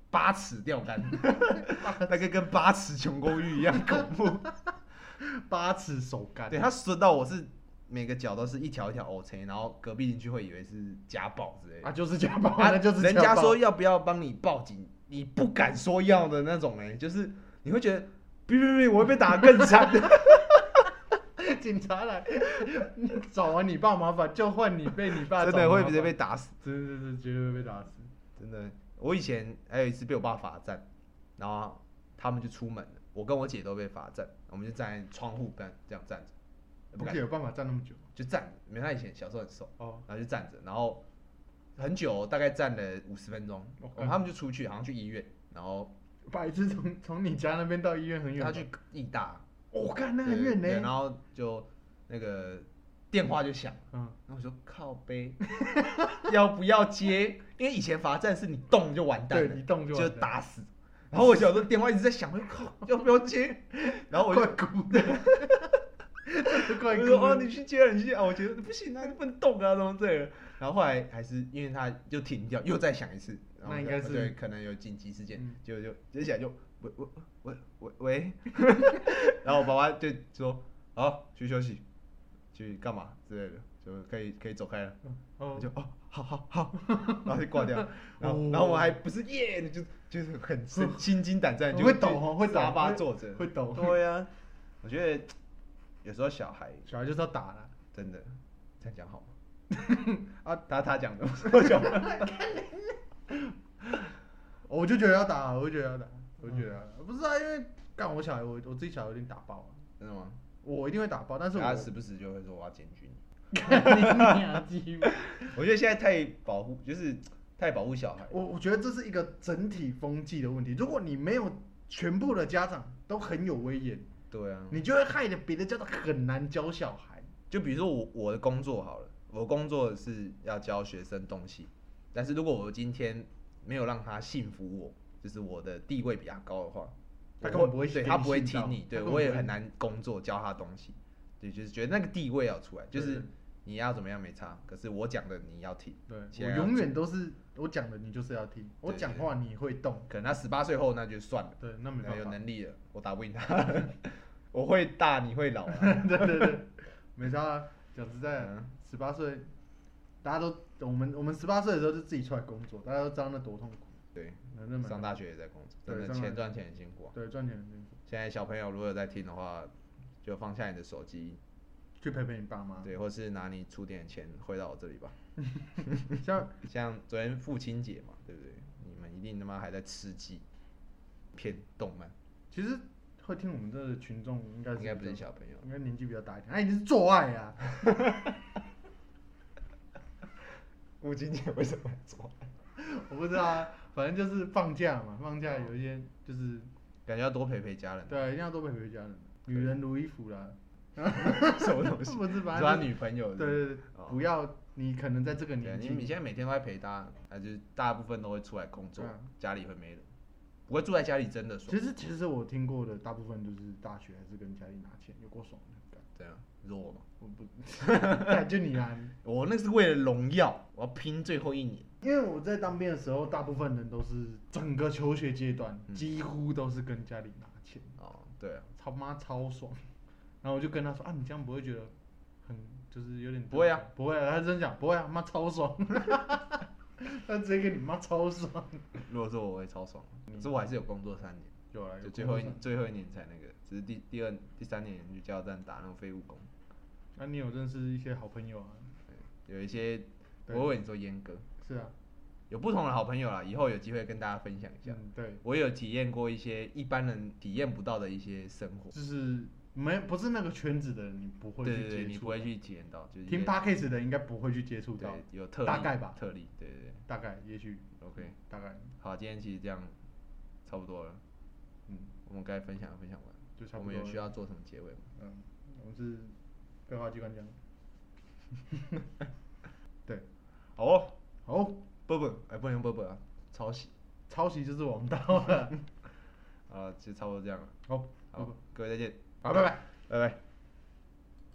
8尺钓竿，那个跟8尺穷公寓一样恐怖。
8尺手竿，
对，他损到我是每个脚都是一条一条 O C， 然后隔壁邻居会以为是家暴之类的。
啊，就是家暴，那就是家暴。
人家说要不要帮你报警，你不敢说要的那种就是你会觉得，别，我会被打得更惨。
警察来，找完你爸麻烦，就换你被你爸
真的会直接被打死。
真的绝对会被打死。
真的，我以前还有一次被我爸罚站，然后他们就出门了，我跟我姐都被罚站，我们就站在窗户这样站着，不敢。
有办法站那么久？
就站着，因为他以前小时候很瘦，
哦，
然后就站着，然后很久，大概站了50分钟，他们就出去，好像去医院，然后
白痴从你家那边到医院很远，
他去义大。
我看那很远呢，
然后就那个电话就响，然后我说靠背，要不要接？因为以前罚站是你动就完蛋了，
对，你动
就打死。然后我小时候电话一直在响，我靠，要不要接？然后我就
快哭的，
我就说哦，你去接了，你去接啊！我觉得不行啊，你不能动啊，什么之类的。然后后来还是因为他就停掉，又再响一次，
那应该是
对，可能有紧急事件，就接起来就喂，然后我爸爸就说好去休息，去干嘛之类的，就可以走开了。我就好，然后就挂掉。然后我还不是耶，就是很心惊胆战，就
会抖哦，会抖，
沙发坐着
会抖。
对呀，我觉得有时候小孩
就是要打了，
真的这样讲好吗？啊，他讲的，我讲的。
我就觉得要打，我觉得不是啊，因为干我小孩，我自己小孩有点打爆啊。
真的吗？
我一定会打爆，但是
他时不时就会说我要检举你。
我
觉得现在太保护小孩。
我觉得这是一个整体风气的问题。如果你没有全部的家长都很有威严，
对啊，
你就会害得别的家长很难教小孩。
就比如说我的工作好了，我工作是要教学生东西，但是如果我今天没有让他信服我，就是我的地位比他高的话，
他根本不会，
对他不会听你，对我也很难工作教他东西。对，就是觉得那个地位要出来，就是你要怎么样没差，可是我讲的你要听。
对，我永远都是我讲的你就是要听，我讲话你会动。
可能他18岁后那就算了，
对，那没办法，
有能力了，我打不赢他。我会大，你会老啊。
对，没差啊。讲实在，18岁，大家都我们18岁的时候就自己出来工作，大家都知道那多痛苦。
对，上大学也在工作，真的赚钱很辛苦啊。
对，赚钱很辛苦。
现在小朋友如果有在听的话，就放下你的手机，
去陪你爸妈。
对，或是拿你出点钱汇到我这里吧。像昨天父亲节嘛，对不对？你们一定他妈还在吃鸡，骗动漫。
其实会听我们这个群众应该
不是小朋友，
应该年纪比较大一点，他一定是做爱啊。
父亲节为什么做爱？
我不知道啊，反正就是放假嘛，放假有一些就是
感觉要多陪家人。
对，一定要多陪家人。女人如衣服啦。
什么东西？
不是，
反正他女朋友。
对，不要你可能在这个年纪，
你现在每天都在陪他，还是大部分都会出来工作，家里会没人，不会住在家里真的爽。
其实我听过的大部分就是大学还是跟家里拿钱，有够爽的。
这样弱嘛？
我不，就你啊！
我那是为了荣耀，我要拼最后1年。
因为我在当兵的时候，大部分人都是整个求学阶段，几乎都是跟家里拿钱。
哦，对啊，
超爽。然后我就跟他说啊，你这样不会觉得很就是有点？
不会啊，
不会啊，他真讲不会啊，妈超爽。他直接跟你妈超爽。
如果说我会超爽，可是我还是有工作3年，
有啊，
就最后一年才那个，只是第3年去加油站打那个废物工。
那你有认识一些好朋友啊？
有一些，我问你说严格。
是啊。
有不同的好朋友啦，以后有机会跟大家分享一下。
对，
我有体验过一些一般人体验不到的一些生活，
就是不是那个圈子的人，你不会去接触。
对，你不会去体验到，就是
听 podcast 的应该不会去接触到。
有特例，
大概吧，
特例，对，
大概也许
OK，
大概。
好，今天其实这样差不多了，我们该分享完，
就差不多了。
我们有需要做什么结尾吗？
我们是废话机关枪。对，
好哦，
好。
不能啵啊，抄
袭就是王道了。
就差不多这样了。
好，
各位再见，
好，拜拜。
拜拜。